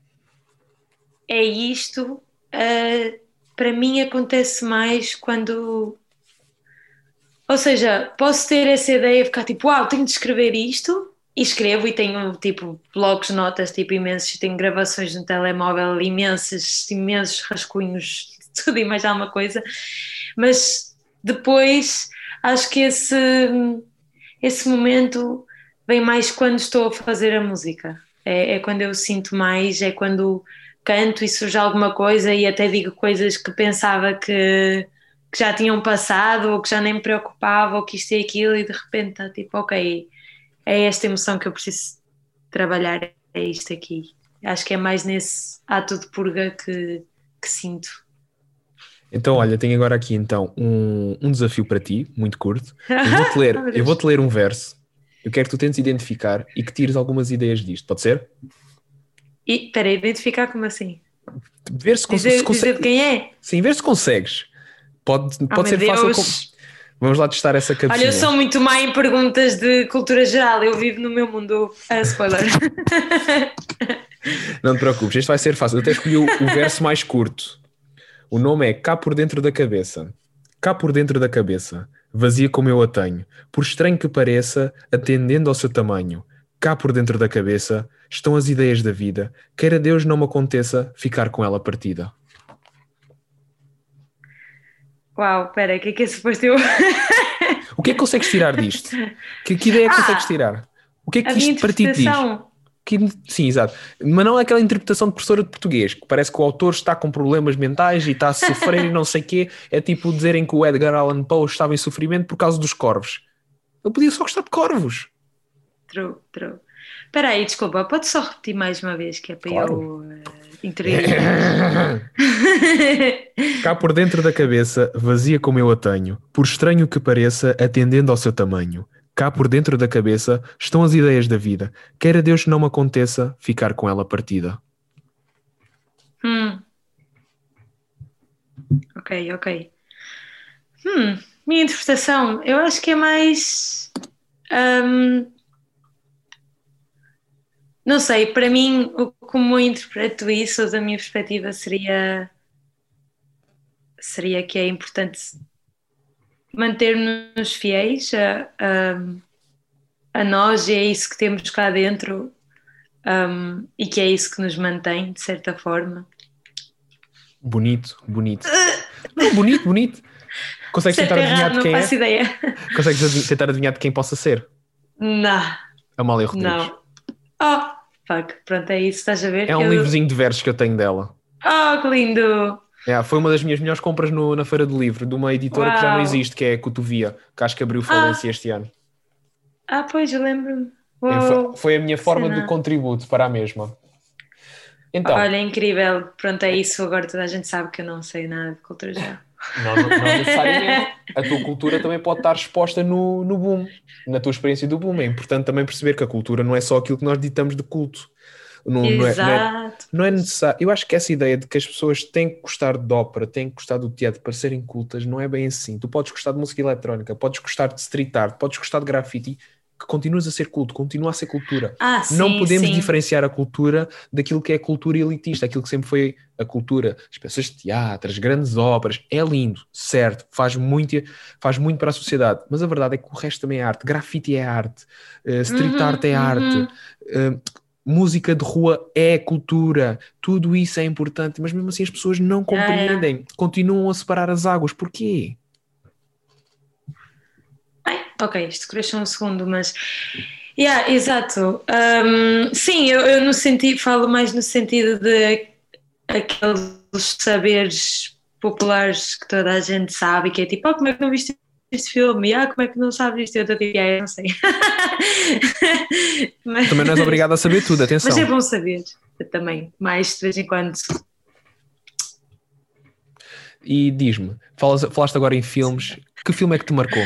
é isto. Uh, para mim acontece mais quando. Ou seja, posso ter essa ideia e ficar tipo, uau, tenho de escrever isto, e escrevo e tenho tipo blocos, notas, tipo imensos, tenho gravações no telemóvel, imensos, imensos rascunhos, tudo e mais alguma coisa, mas depois acho que esse, esse momento vem mais quando estou a fazer a música, é, é quando eu sinto mais, é quando canto e surge alguma coisa e até digo coisas que pensava que, que já tinham passado ou que já nem me preocupava ou que isto e aquilo e de repente está tipo, ok, é esta emoção que eu preciso trabalhar, é isto aqui. Acho que é mais nesse ato de purga que, que sinto. Então, olha, tenho agora aqui então um, um desafio para ti, muito curto. Eu vou-te ler, Oh, eu vou-te ler um verso. Eu quero que tu tentes identificar e que tires algumas ideias disto. Pode ser? E espera, identificar como assim? Ver se, cons- se Dizer, dizer de consegues. quem é? Sim, ver se consegues. Pode, Oh pode meu ser fácil. Com... Deus! Vamos lá testar essa Olha, eu cabecinha. sou muito má em perguntas de cultura geral, eu vivo no meu mundo. Ah, spoiler. Não te preocupes, este vai ser fácil. Eu até escolhi o, o verso mais curto. O nome é Cá por Dentro da Cabeça. Cá por dentro da cabeça, vazia como eu a tenho, por estranho que pareça, atendendo ao seu tamanho. Cá por dentro da cabeça estão as ideias da vida. Queira Deus não me aconteça ficar com ela partida. Uau, espera, o que é que é suposto eu. O que é que consegues tirar disto? Que, que ideia é que consegues Ah, tirar? O que é a que minha isto para ti te diz? interpretação. Que, sim, exato. Mas não é aquela interpretação de professora de português, que parece que o autor está com problemas mentais e está a sofrer e não sei o quê. É tipo dizerem que o Edgar Allan Poe estava em sofrimento por causa dos corvos. Ele podia só gostar de corvos. True, true. Espera aí, desculpa, pode só repetir mais uma vez que é para Claro. eu uh, interiorizar. Cá por dentro da cabeça, vazia como eu a tenho, por estranho que pareça, atendendo ao seu tamanho. Cá por dentro da cabeça estão as ideias da vida. Queira Deus que não me aconteça ficar com ela partida. Hum, ok, ok. Hum, minha interpretação, eu acho que é mais. hum, não sei, para mim, o- como eu interpreto isso, ou da minha perspectiva, seria, seria que é importante manter-nos fiéis a, a, a nós e é isso que temos cá dentro, hum, e que é isso que nos mantém, de certa forma. Bonito, bonito. Não, bonito, bonito. Consegues Certo tentar ou adivinhar errado, de não quem faço é? ideia. Consegues adi- tentar adivinhar de quem possa ser? Não, Amália Rodrigues. não. Oh, fuck, pronto, é isso, estás a ver? É um Eu... livrozinho de versos que eu tenho dela. Oh, que lindo! É, foi uma das minhas melhores compras no- na Feira do Livro, de uma editora que já não Uau! existe, que é a Cotovia, que acho que abriu falência Ah, este ano. ah, pois, eu lembro-me. É, foi, Uau, foi a minha que forma de cena. contributo para a mesma. Então, Olha, é incrível. Pronto, é isso. Agora toda a gente sabe que eu não sei nada de cultura geral. não, não, não necessariamente. A tua cultura também pode estar exposta no, no boom, na tua experiência do boom. É importante também perceber que a cultura não é só aquilo que nós ditamos de culto. Não, não é, não é, Exato. não é necessário. Eu acho que essa ideia de que as pessoas têm que gostar de ópera, têm que gostar do teatro para serem cultas, não é bem assim. Tu podes gostar de música eletrónica, podes gostar de street art, podes gostar de grafite, que continuas a ser culto, continua a ser cultura. Ah, Não sim, podemos sim. diferenciar a cultura daquilo que é cultura elitista, aquilo que sempre foi a cultura, as peças de teatro, as grandes óperas. É lindo, certo, faz muito, faz muito para a sociedade, mas a verdade é que o resto também é arte. Grafite é arte, uh, street Uhum, art é arte, uhum. uh, música de rua é cultura, tudo isso é importante, mas mesmo assim as pessoas não Yeah, yeah. compreendem, continuam a separar as águas. Porquê? Ai, ok, isto cresceu um segundo, mas. Yeah, exato. Um, sim, eu, eu no sentido, falo mais no sentido de aqueles saberes populares que toda a gente sabe, que é tipo, ah, como é que não viste este filme? Ah, como é que não sabes isto? Eu estou tipo, ah, eu não sei. mas, Também não és obrigado a saber tudo, mas é atenção. bom saber também, mais de vez em quando. E diz-me, falas- falaste agora em filmes, que filme é que te marcou?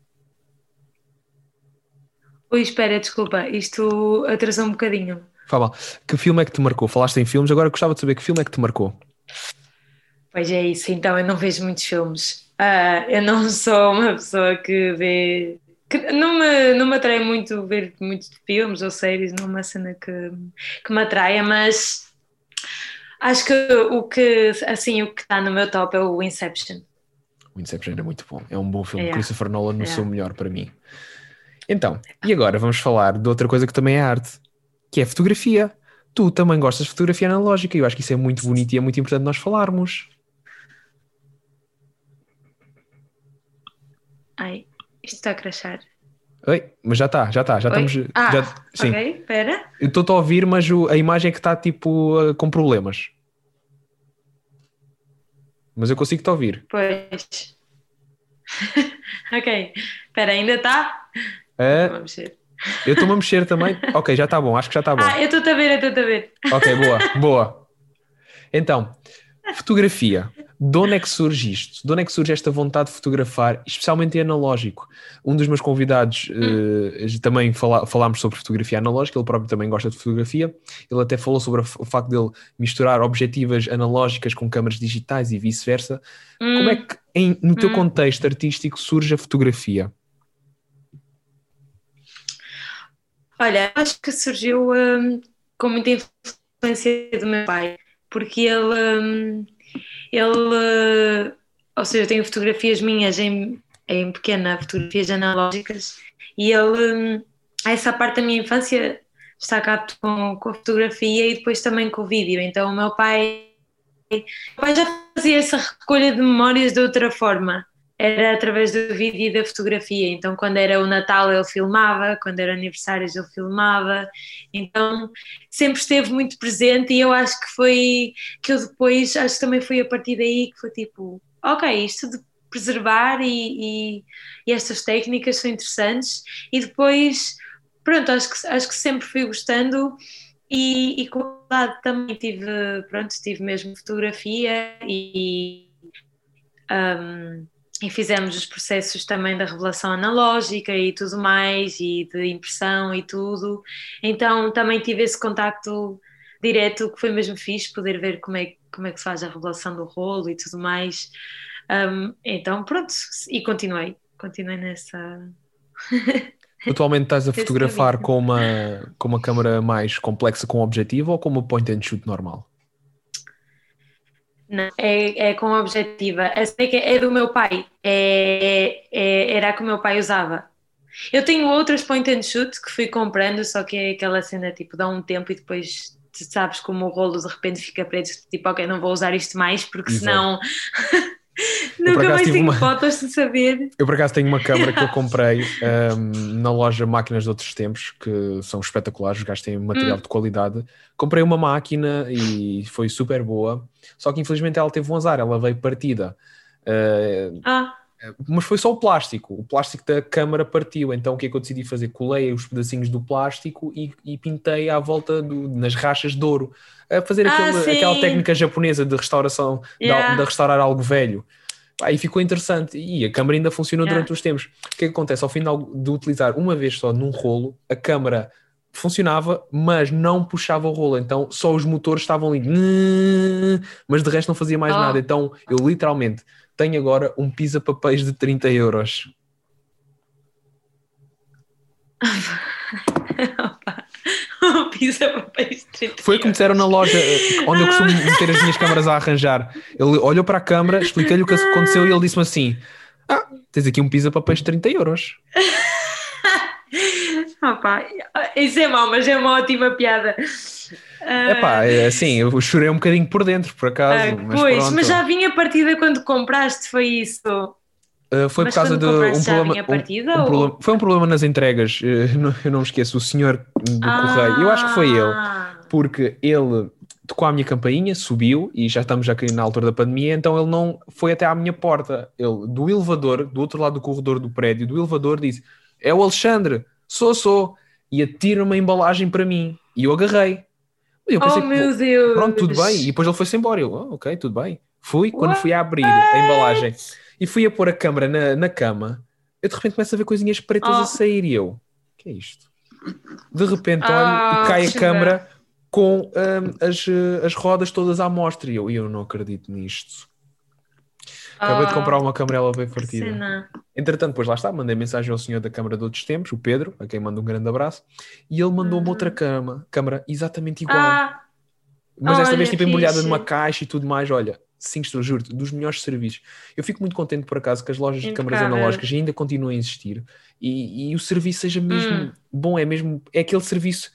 Ui, espera, desculpa, isto atrasou um bocadinho. Fala, que filme é que te marcou? Falaste em filmes, agora gostava de saber que filme é que te marcou. Pois é isso, então eu não vejo muitos filmes. Ah, eu não sou uma pessoa que vê. Que não me, não me atrai muito ver muitos filmes ou séries, não é uma cena que, que me atraia, mas acho que o que assim o que está no meu top é o Inception. O Inception é muito bom, é um bom filme. É, Christopher Nolan no seu é. melhor para mim. Então, e agora vamos falar de outra coisa que também é arte, que é fotografia. Tu também gostas de fotografia analógica e eu acho que isso é muito bonito e é muito importante nós falarmos. Ai, isto está a crashar. Oi, mas já está, já está, já Oi? estamos... Ah, Já, sim, ok, espera. eu estou a ouvir, mas o- a imagem é que está tipo uh, com problemas. Mas eu consigo te ouvir. Pois. Ok, espera, ainda está? Estou-me a Uh, mexer. eu estou-me a mexer também. Ok, já está bom, acho que já está bom. Ah, eu estou-te a ver, eu estou-te a ver. Ok, boa, boa. Então, fotografia. De onde é que surge isto? De onde é que surge esta vontade de fotografar, especialmente em analógico? Um dos meus convidados uh, também fala, falámos sobre fotografia analógica, ele próprio também gosta de fotografia. Ele até falou sobre o facto dele misturar objetivas analógicas com câmaras digitais e vice-versa. Como é Hum, que, em, no teu hum. contexto artístico, surge a fotografia? Olha, acho que surgiu hum, com muita influência do meu pai, porque ele, hum, ele, uh, ou seja, eu tenho fotografias minhas em, em pequena, fotografias analógicas, e ele, hum, essa parte da minha infância está cá com, com a fotografia e depois também com o vídeo. Então, o meu pai, meu pai já fazia essa recolha de memórias de outra forma. Era através do vídeo e da fotografia. Então, quando era o Natal, ele filmava, quando era aniversários, ele filmava. Então, sempre esteve muito presente. E eu acho que foi que eu depois, acho que também foi a partir daí que foi tipo: ok, isto de preservar e, e, e estas técnicas são interessantes. E depois, pronto, acho que, acho que sempre fui gostando. E, e com a idade também tive, pronto, tive mesmo fotografia e. Um, e fizemos os processos também da revelação analógica e tudo mais, e de impressão e tudo. Então também tive esse contacto direto que foi mesmo fixe, poder ver como é, como é que se faz a revelação do rolo e tudo mais. Um, então pronto, e continuei, continuei nessa. Atualmente estás a Esse fotografar caminho. com uma, com uma câmara mais complexa com objetivo ou com uma point and shoot normal? Não, é, é com objetiva. Essa é, que é do meu pai. É, é- era a que o meu pai usava. Eu tenho outras point and shoot que fui comprando, só que é aquela cena tipo, dá um tempo e depois tu sabes como o rolo de repente fica preto, tipo, ok, não vou usar isto mais porque Exato. senão Eu por nunca acaso mais tive tenho uma, fotos de saber. eu por acaso tenho uma câmara que eu comprei ahm, na loja Máquinas de Outros Tempos, que são espetaculares, os gajos têm material Hum, de qualidade. Comprei uma máquina e foi super boa, só que infelizmente ela teve um azar, ela veio partida. Ah, ah, mas foi só o plástico, o plástico da câmara partiu, então o que é que eu decidi fazer? Colei os pedacinhos do plástico e, e pintei à volta do- nas rachas de ouro, a fazer ah, aquele, aquela sim, técnica japonesa de restauração, de, al- de yeah, restaurar algo velho. Aí ficou interessante e a câmara ainda funcionou yeah. durante os tempos. O que é que acontece? Ao final de utilizar uma vez só num rolo, a câmara funcionava, mas não puxava o rolo, então só os motores estavam ali, mas de resto não fazia mais nada. Oh. Então eu literalmente tenho agora um pisa-papéis de trinta euros. Opa. Um pizza papéis de trinta Foi como disseram na euros. loja eh, onde eu costumo meter as minhas câmaras a arranjar. Ele olhou para a câmara, expliquei-lhe o que aconteceu e ele disse-me assim: Ah, tens aqui um pisa-papéis de trinta euros. Opa, isso é mau, mas é uma ótima piada. Epá, Ah, é assim, eu chorei um bocadinho por dentro, por acaso, ah, mas pois, mas pronto. já vinha partida quando compraste, foi isso? Uh, foi por Mas causa quando de um compraste já problema, vinha um, partida um problema, ou? foi um problema nas entregas. Uh, não- eu não me esqueço, o senhor do correio, eu acho que foi ele, Ah, porque ele tocou à minha campainha, subiu e já estamos aqui na altura da pandemia, então ele não foi até à minha porta. Ele, do elevador, do outro lado do corredor do prédio, do elevador, disse: É o Alexandre, sou, sou, e atira uma embalagem para mim. E eu agarrei. E eu oh pensei que, meu pronto, tudo bem. E Deus! depois ele foi-se embora. Eu, "Ah, ok, tudo bem." Fui, quando What? fui a abrir a embalagem e fui a pôr a câmera na, na cama, eu de repente começo a ver coisinhas pretas a Oh, sair e eu, o que é isto? De repente olho e oh, cai que a chunga. câmera com hum, as, eh, as rodas todas à mostra e eu, e eu não acredito nisto. Acabei de comprar Oh, uma câmera, ela veio que partida. cena. Entretanto, depois lá está, mandei mensagem ao senhor da Câmara de Outros Tempos, o Pedro, a quem mando um grande abraço, e ele mandou-me outra Uhum. cama, câmara exatamente igual. Ah, Mas desta vez olha, tipo embrulhada numa fixe. caixa e tudo mais, olha, cinco estrelas, juro-te, dos melhores serviços. Eu fico muito contente, por acaso, que as lojas de câmaras Impecável. analógicas ainda continuem a existir e, e o serviço seja mesmo Hum. bom, é mesmo, é aquele serviço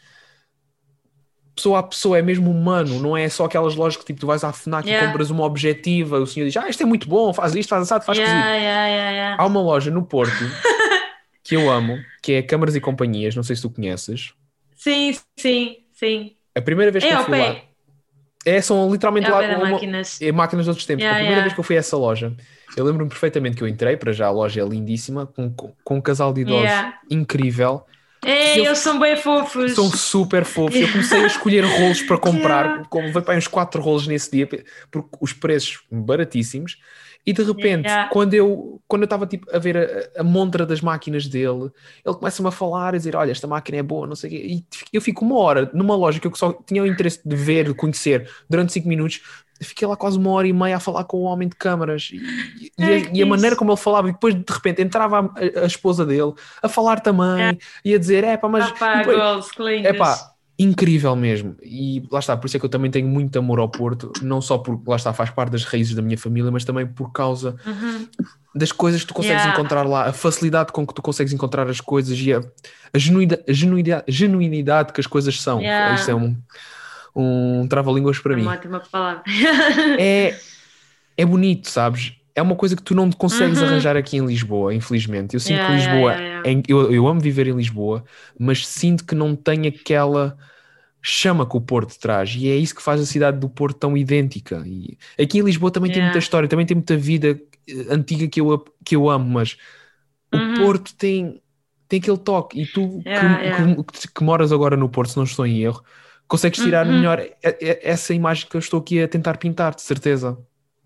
pessoa a pessoa, é mesmo humano, não é só aquelas lojas que tipo, tu vais à FNAC Yeah. e compras uma objetiva, o senhor diz, ah, isto é muito bom, faz isto, faz assado, faz Yeah, cozido. yeah, yeah, yeah. Há uma loja no Porto que eu amo, que é Câmaras e Companhias, não sei se tu conheces. Sim, sim, sim. A primeira vez que É eu ao fui lá, pé. é, são literalmente É ao lá pé da uma, máquinas. é máquinas de outros tempos. A Yeah, primeira vez yeah. que eu fui a essa loja, eu lembro-me perfeitamente que eu entrei, para já a loja é lindíssima, com, com, com um casal de idosos Yeah. incrível. É, E eu eles são bem fofos. são super fofos. Eu comecei a escolher rolos para comprar, Yeah. como levei para uns quatro rolos nesse dia, porque os preços baratíssimos. E de repente, Yeah. quando eu quando eu estava tipo, a ver a, a montra das máquinas dele, ele começa-me a falar, a dizer: Olha, esta máquina é boa, não sei o quê. E eu fico uma hora numa loja que eu só tinha o interesse de ver, de conhecer, durante cinco minutos. Fiquei lá quase uma hora e meia a falar com o homem de câmaras e, e, Ai, a, que e a maneira fixe. como ele falava, e depois de repente entrava a, a, a esposa dele a falar também e a dizer: É pá, mas. E Opa, depois, goals, que é lindos. pá, incrível mesmo. E lá está, por isso é que eu também tenho muito amor ao Porto, não só porque lá está, faz parte das raízes da minha família, mas também por causa Uhum. das coisas que tu consegues Yeah. encontrar lá, a facilidade com que tu consegues encontrar as coisas e a, a genuidade, a genuidade, genuinidade que as coisas são. Isto é Yeah. um, um trava-línguas para É uma mim. ótima palavra. É, é bonito, sabes? É uma coisa que tu não consegues Uhum. arranjar aqui em Lisboa, infelizmente. Eu sinto que Yeah, yeah, Lisboa, yeah, yeah. é- eu, eu amo viver em Lisboa, mas sinto que não tem aquela chama que o Porto traz, e é isso que faz a cidade do Porto tão idêntica. E aqui em Lisboa também tem muita Yeah. história, também tem muita vida eh, antiga que eu, que eu amo, mas o Uhum. Porto tem, tem aquele toque, e tu Yeah, yeah. que, que, que moras agora no Porto, se não estou em erro, consegues tirar Uhum. melhor e- e- essa imagem que eu estou aqui a tentar pintar, de certeza.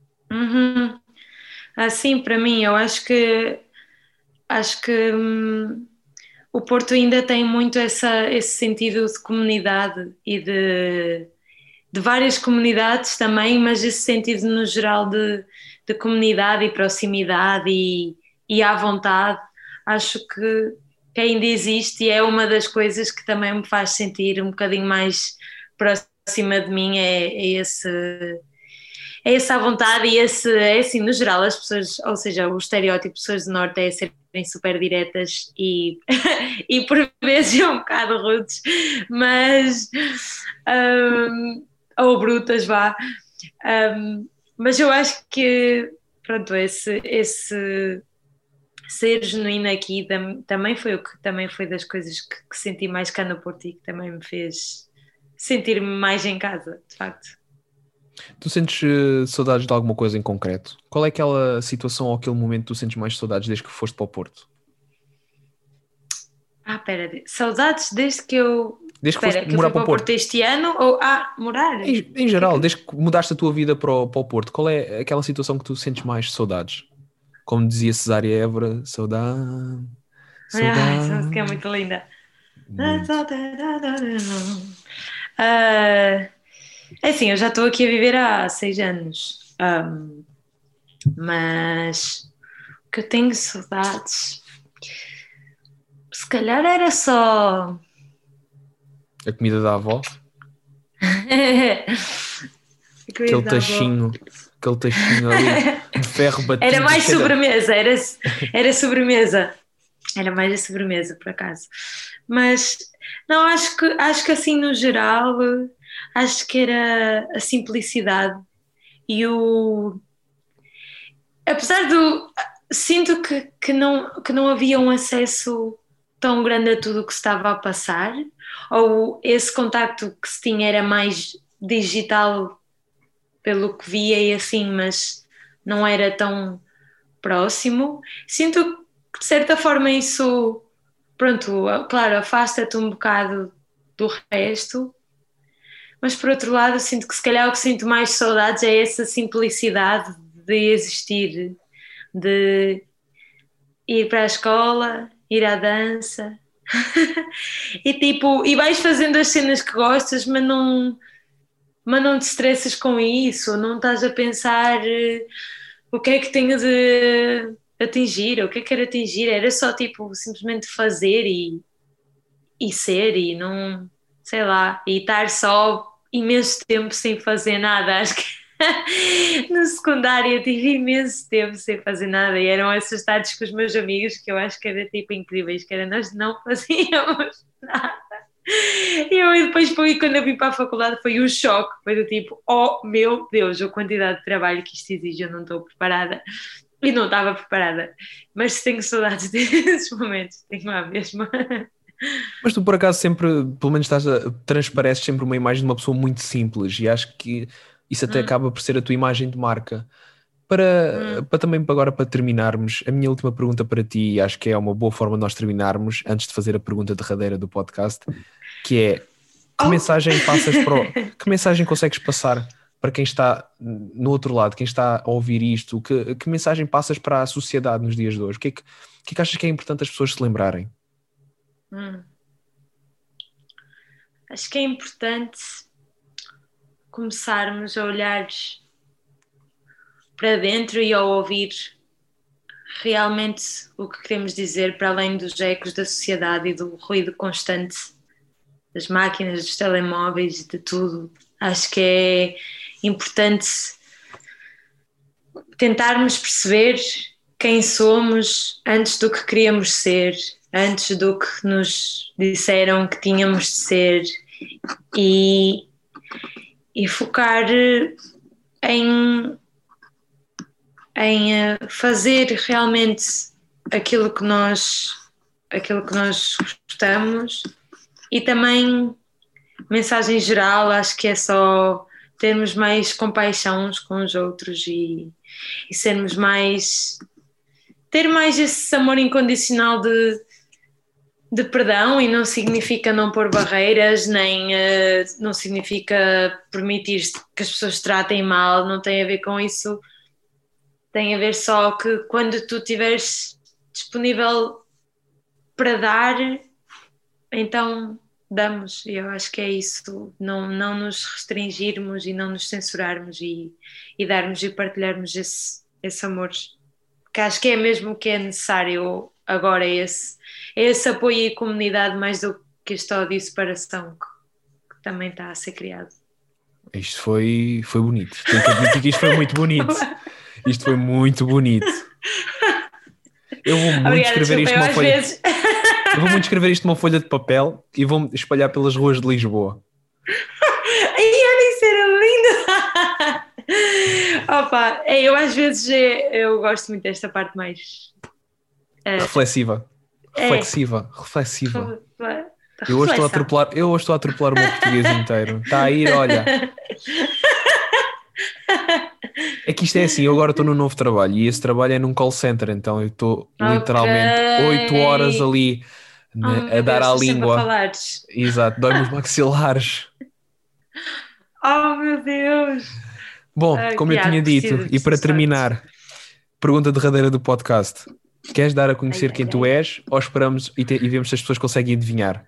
Uhum. Assim, para mim, eu acho que acho que hum, o Porto ainda tem muito essa, esse sentido de comunidade e de, de várias comunidades também, mas esse sentido no geral de, de comunidade e proximidade e, e à vontade, acho que, que ainda existe e é uma das coisas que também me faz sentir um bocadinho mais próxima de mim, é, é esse é essa a vontade e esse, é assim, no geral, as pessoas, ou seja, o estereótipo de pessoas do Norte é serem super diretas e, e por vezes é um bocado rudes, mas um, ou brutas, vá. Um, mas eu acho que, pronto, esse, esse ser genuíno aqui também foi o que também foi das coisas que, que senti mais cá no Porto e que também me fez sentir-me mais em casa, de facto. Tu sentes eh, saudades de alguma coisa em concreto? Qual é aquela situação ou aquele momento que tu sentes mais saudades desde que foste para o Porto? Ah, pera, saudades desde que eu. Desde que foste Espera, que eu morar fui para para o o Porto Porto? este ano ou. Ah, morar? Em, em Que é geral, que... desde que mudaste a tua vida para o, para o Porto, qual é aquela situação que tu sentes mais saudades? Como dizia Cesária Évora, saudade, Ah, essa música é saudade. muito linda. Muito. Ah, é assim, eu já estou aqui a viver há seis anos, Ahm, mas o que eu tenho saudades, se calhar era só. A comida da avó, A aquele comida da avó. tachinho, aquele tachinho ali de ferro Era batido, mais cheio de... sobremesa, era, era sobremesa. Era mais a sobremesa, por acaso. Mas não, acho que, acho que assim no geral, acho que era a simplicidade e o. Apesar do. Sinto que, que, não, que não havia um acesso tão grande a tudo o que se estava a passar, ou esse contacto que se tinha era mais digital pelo que via e assim, mas não era tão próximo. Sinto que de certa forma isso, pronto, claro, afasta-te um bocado do resto, mas por outro lado, sinto que se calhar o que sinto mais saudades é essa simplicidade de existir, de ir para a escola, ir à dança. E tipo, e vais fazendo as cenas que gostas, mas não, mas não te estressas com isso, não estás a pensar eh, o que é que tenho de atingir, o que é que quero atingir, era só tipo simplesmente fazer e, e ser e não, sei lá, e estar só imenso tempo sem fazer nada, acho que, No secundário eu tive imenso tempo sem fazer nada e eram esses tardes com os meus amigos que eu acho que era tipo incríveis, que era nós não fazíamos nada. E eu depois foi, quando eu vim para a faculdade foi um choque, foi do tipo, oh meu Deus, a quantidade de trabalho que isto exige, eu não estou preparada. E não estava preparada, mas tenho saudades desses momentos, tenho lá mesmo. Mas tu por acaso sempre, pelo menos estás a, transpareces sempre uma imagem de uma pessoa muito simples e acho que isso até Hum, acaba por ser a tua imagem de marca. Para, hum. para também agora para terminarmos, a minha última pergunta para ti, e acho que é uma boa forma de nós terminarmos, antes de fazer a pergunta derradeira do podcast, que é que Oh! mensagem passas para o, que mensagem consegues passar para quem está no outro lado, quem está a ouvir isto, que, que mensagem passas para a sociedade nos dias de hoje? O que é que, o que é que achas que é importante as pessoas se lembrarem? Hum. Acho que é importante começarmos a olhar para dentro e a ouvir realmente o que queremos dizer para além dos ecos da sociedade e do ruído constante das máquinas, dos telemóveis, de tudo. Acho que é importante tentarmos perceber quem somos antes do que queríamos ser, antes do que nos disseram que tínhamos de ser e, e focar em, em fazer realmente aquilo que nós aquilo que nós gostamos e também mensagem geral, acho que é só termos mais compaixão uns com os outros e, e sermos mais ter mais esse amor incondicional de, de perdão e não significa não pôr barreiras nem uh, não significa permitir que as pessoas te tratem mal, não tem a ver com isso, tem a ver só que quando tu estiveres disponível para dar, então damos, e eu acho que é isso, não, não nos restringirmos e não nos censurarmos e, e darmos e partilharmos esse, esse amor, que acho que é mesmo o que é necessário agora, é esse, é esse apoio e comunidade mais do que este ódio e separação que, que também está a ser criado. Isto foi, foi bonito, tenho que admitir que isto foi muito bonito, isto foi muito bonito. Eu vou muito Obrigada, escrever desculpa, isto eu numa às folha. vezes... Eu vou muito escrever isto numa folha de papel e vou espalhar pelas ruas de Lisboa. Ai, olha, isso era lindo! Opa, é, eu às vezes é, eu gosto muito desta parte mais... é, Reflexiva. Reflexiva. é, Reflexiva. reflexão. Eu hoje estou a atropelar, eu hoje estou a atropelar o meu português inteiro. Está a ir, olha. É que isto é assim, eu agora estou num novo trabalho e esse trabalho é num call center, então eu estou literalmente oito Ok. horas ali Oh né, a meu dar Deus, à estou sempre a língua. falar-te. Exato, dói-me os maxilares. Oh meu Deus. Bom, Ai, como eu tinha Tiago, dito, precisa e para descansar. terminar, pergunta derradeira do podcast. Queres dar a Ai, conhecer ai, quem tu ai. és ou esperamos e, te- e vemos se as pessoas conseguem adivinhar?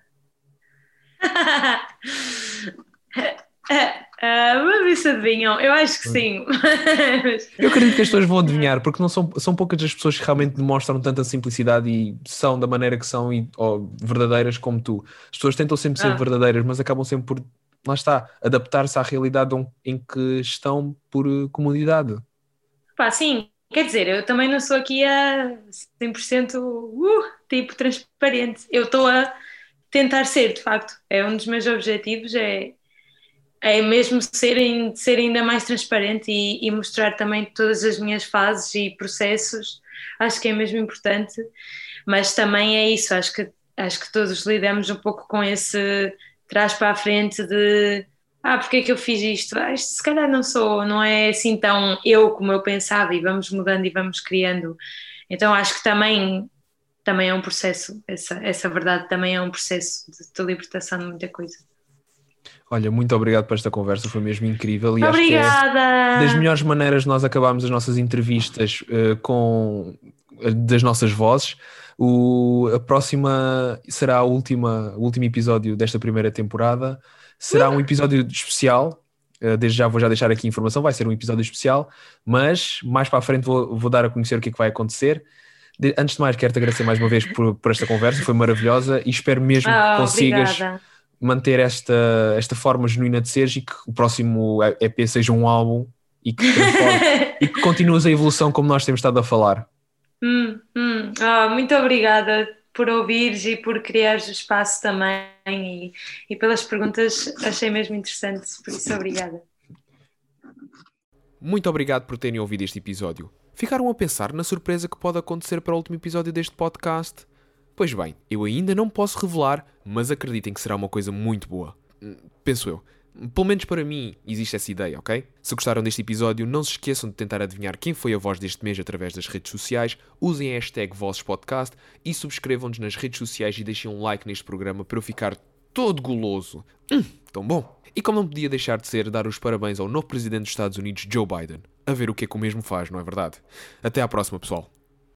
Ah, vamos ver se adivinham. Eu acho que sim. Eu acredito que as pessoas vão adivinhar, porque não são, são poucas as pessoas que realmente demonstram tanta simplicidade e são da maneira que são e, ou verdadeiras como tu. As pessoas tentam sempre ser Ah, verdadeiras, mas acabam sempre por, lá está, adaptar-se à realidade onde- em que estão por eh, comodidade. pá, sim. Quer dizer, eu também não sou aqui a cem por cento uh, tipo transparente. Eu estou a tentar ser, de facto. É um dos meus objetivos, é é mesmo ser, ain- ser ainda mais transparente e, e mostrar também todas as minhas fases e processos, acho que é mesmo importante, mas também é isso, acho que, acho que todos lidamos um pouco com esse trás para a frente de ah, porque é que eu fiz isto? Ah, isto se calhar não sou, não é assim tão eu como eu pensava e vamos mudando e vamos criando. Então acho que também, também é um processo, essa, essa verdade também é um processo de, de libertação de muita coisa. Olha, muito obrigado por esta conversa, foi mesmo incrível e acho que é das Obrigada! melhores maneiras de nós acabarmos as nossas entrevistas eh, com das nossas vozes. O, a próxima será a última, o último episódio desta primeira temporada. Será um episódio especial. Uh, desde já vou já deixar aqui a informação, vai ser um episódio especial, mas mais para a frente vou, vou dar a conhecer o que é que vai acontecer. De, antes de mais, quero-te agradecer mais uma vez por, por esta conversa, foi maravilhosa e espero mesmo que Oh, consigas obrigada. manter esta, esta forma genuína de seres e que o próximo E P seja um álbum e que te transformes e que continues a evolução como nós temos estado a falar. Hum, hum. Ah, muito obrigada por ouvires e por criares o espaço também e, e pelas perguntas, achei mesmo interessante, por isso obrigada. Muito obrigado por terem ouvido este episódio. Ficaram a pensar na surpresa que pode acontecer para o último episódio deste podcast? Pois bem, eu ainda não posso revelar, mas acreditem que será uma coisa muito boa. Penso eu. Pelo menos para mim existe essa ideia, ok? Se gostaram deste episódio, não se esqueçam de tentar adivinhar quem foi a voz deste mês através das redes sociais, usem a hashtag VozesPodcast e subscrevam-nos nas redes sociais e deixem um like neste programa para eu ficar todo goloso. Hum, tão bom! E como não podia deixar de ser, dar os parabéns ao novo presidente dos Estados Unidos, Joe Biden. A ver o que é que o mesmo faz, não é verdade? Até à próxima, pessoal.